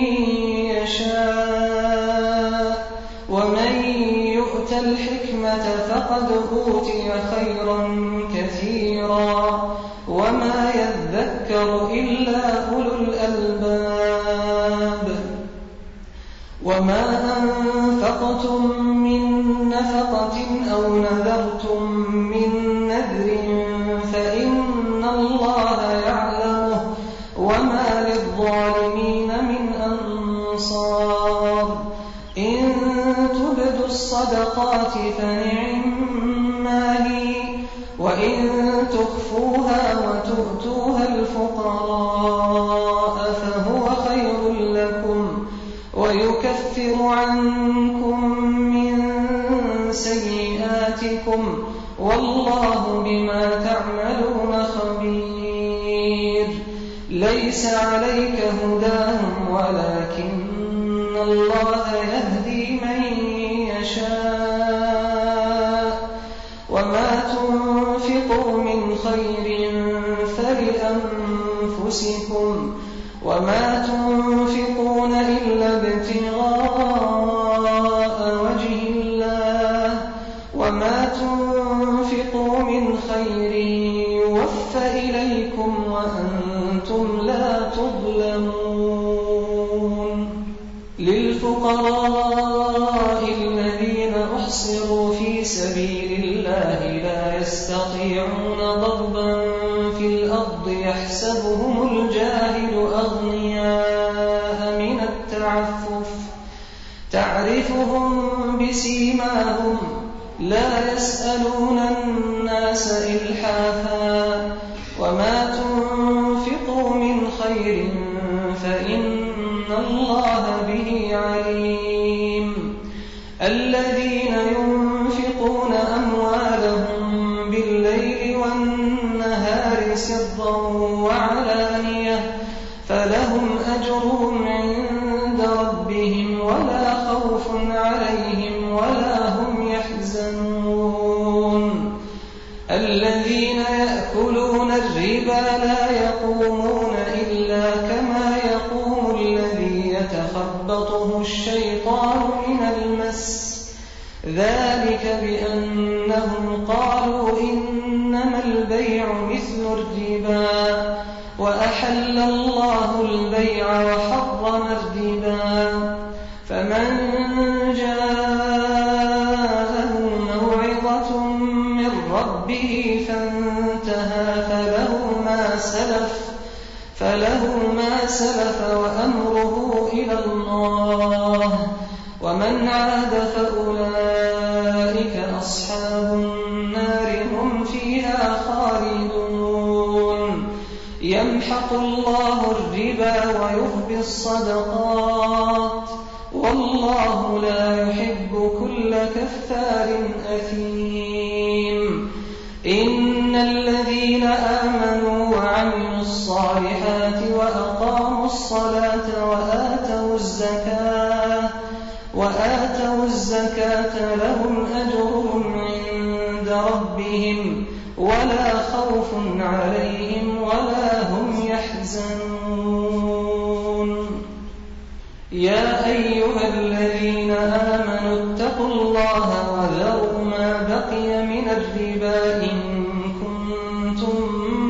يشاء ومن يؤت الحكمة فقد أوتي خيرا كثيرا وما يذكر إلا أولو الألباب وما أنفقتم من نفقة أو نذرتم من نذر فإن الله يعلمه وما للظالمين من أنصار إن تبدوا الصدقات فنعما هي وإن تخفوها وتؤتوها الفقراء فهو خير لكم ويكفر عنكم من سيئاتكم والله بما تعملون خبير ليس عليك هداهم ولكن الله يهدي من يشاء وما تنفقوا من خير فلأنفسكم وما تنفقون إلا ابتغاء وجه الله وما تنفقوا من خير يوفى إليكم وأنتم لا تظلمون للفقراء الذين أحصروا في سبيل الله لا يستطيعون الأرض يحسبهم الجاهل أغنياء من التعفف تعرفهم بسيماهم لا يسألون الناس إلحافا وما تنفقوا من خير فإن الله به عليم الذين ينفقون أموالهم بالليل والنهار سرا وعلانية فلهم أجرهم عند ربهم ولا خوف عليهم ولا هم يحزنون الذين يأكلون الربا لا يقومون إلا كما يقوم الذي يتخبطه الشيطان من المس ذلك بأنهم قالوا إنما البيع مثل الربا وأحل الله البيع وحرم الربا فمن جاءه موعظة من ربه فانتهى فله ما سلف وأمره إلى الله ومن عاد فأولئك أصحاب النار هم فيها خالدون يمحق الله الربا ويربي الصدقات والله لا يحب كل كفار أثيم إن الذين آمنوا وعملوا الصالحات وأقاموا الصلاة وآتوا الزكاة لهم أجرهم عند ربهم ولا خوف عليهم ولا هم يحزنون يا أيها الذين آمنوا اتقوا الله وذروا ما بقي من الربا إن كنتم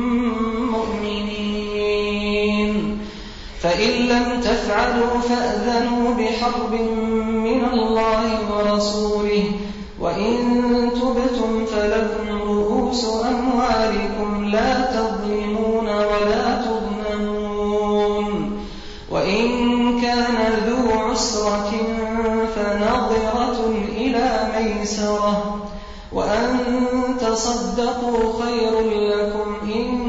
مؤمنين فإن لم تفعلوا فأذنوا بحرب من الله ورسوله وإن تبتم فلكم رؤوس أموالكم لا تظلمون ولا تظلمون وإن كان ذو عسرة فنظرة إلى ميسرة وأن تصدقوا خير لكم إن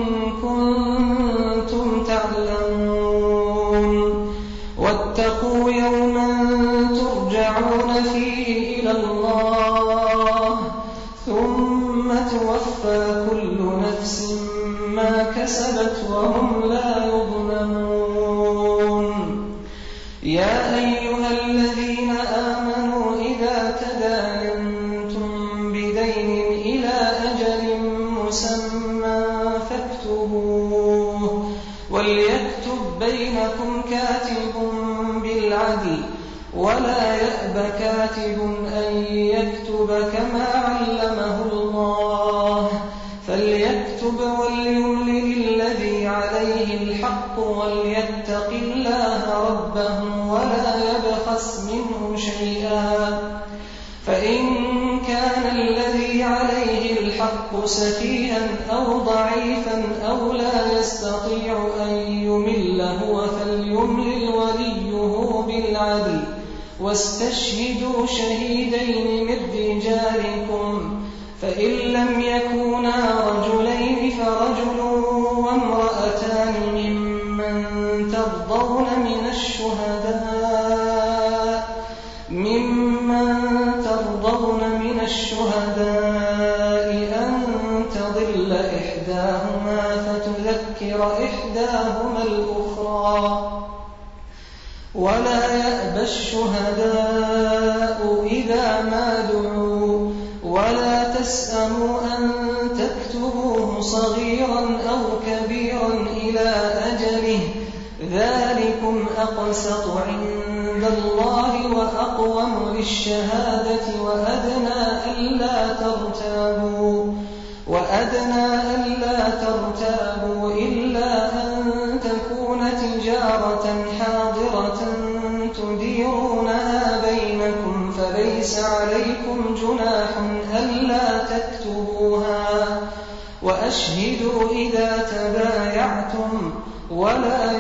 كنتم تعلمون واتقوا يوما ترجعون فيه إلى الله ثم توفى كل نفس ما كسبت وهم لا يظلمون يا أيها الذين آمنوا إذا تداينتم بدين إلى أجل مسمى فاكتبوه وليكتب بينكم كاتب بالعدل ولا يأب كاتب أن يكتب كما علمه الله فليكتب وليملل الذي عليه الحق وليتق الله ربه ولا يبخس منه شيئا فإن كان الذي عليه الحق سفيها أو ضعيفا أو لا يستطيع أن يمل هو فليملل وليه بالعدل واستشهدوا شهيدين من رجالكم فإن لم يكونا رجلين فرجل وامرأتان ممن ترضون من الشهداء أن تضل إحداهما فتذكر إحداهما الأخرى ولا يأبى الشهداء إذا ما دعوا ولا تسأموا أن تكتبوه صغيرا أو كبيرا إلى أجله ذلكم أقسط عند الله وأقوم للشهادة وأدنى ألا ترتابوا إلا أن تكون تجارة حاضرة تديرونها بينكم فليس عليكم جناح ألا تكتبوها وأشهدوا إذا تبايعتم ولا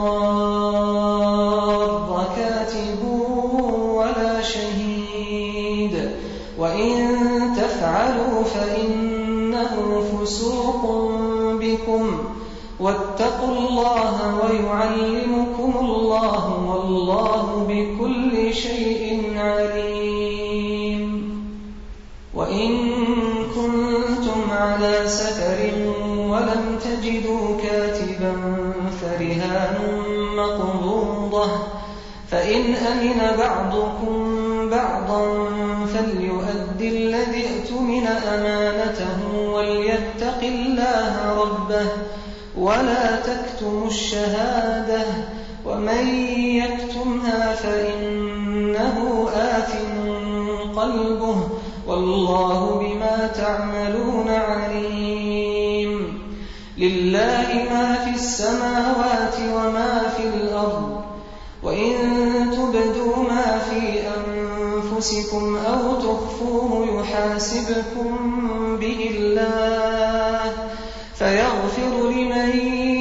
يضار كاتب ولا شهيد وإن تفعلوا فإنه فسوق بكم واتقوا الله ويعلمكم الله والله بكل شيء عليم. وإن كنتم على سفر ولم تجدوا كاتبا فرهان مقبوضة فإن أمن بعضكم بعضا فليؤد الذي اؤتمن أمانته وليتق الله ربه ولا تكتموا الشهادة ومن يكتمها فإنه آثم قلبه والله بما تعملون عليم. لله ما في السماوات وما في الأرض وإن تبدوا ما في أنفسكم أو تخفوه يحاسبكم به الله فيغفر لمن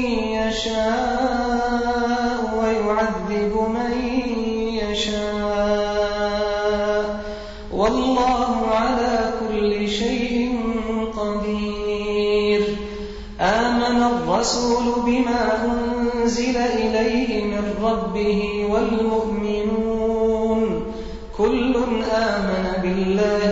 يشاء ويعذب من يشاء والله على كل شيء قدير. آمن الرسول بما أنزل إليه من ربه والمؤمنون كل آمن بالله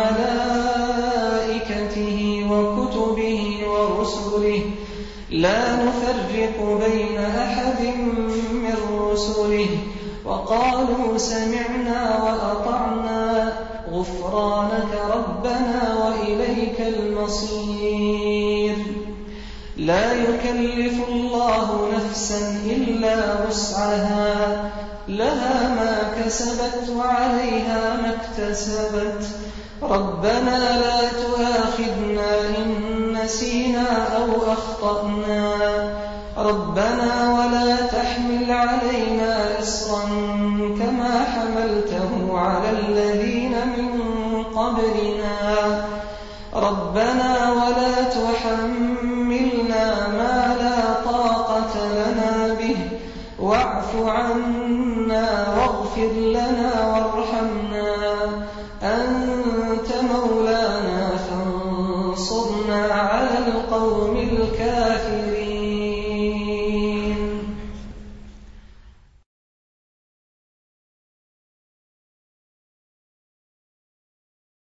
وملائكته وكتبه ورسله لا نفرق بين أحد من رسله وقالوا سمعنا وأطعنا غفرانك ربنا وإليك المصير. لا يكلف الله نفسا إلا وسعها لها ما كسبت وعليها ما اكتسبت ربنا لا تؤاخذنا إن نسينا أو أخطأنا ربنا ولا تحمل علينا إصرا كما حملته على الذين من قبلنا ربنا ولا تحملنا ما لا طاقة لنا به واعف عنا واغفر لنا وارحمنا أنت مولانا فانصرنا على القوم الكافرين.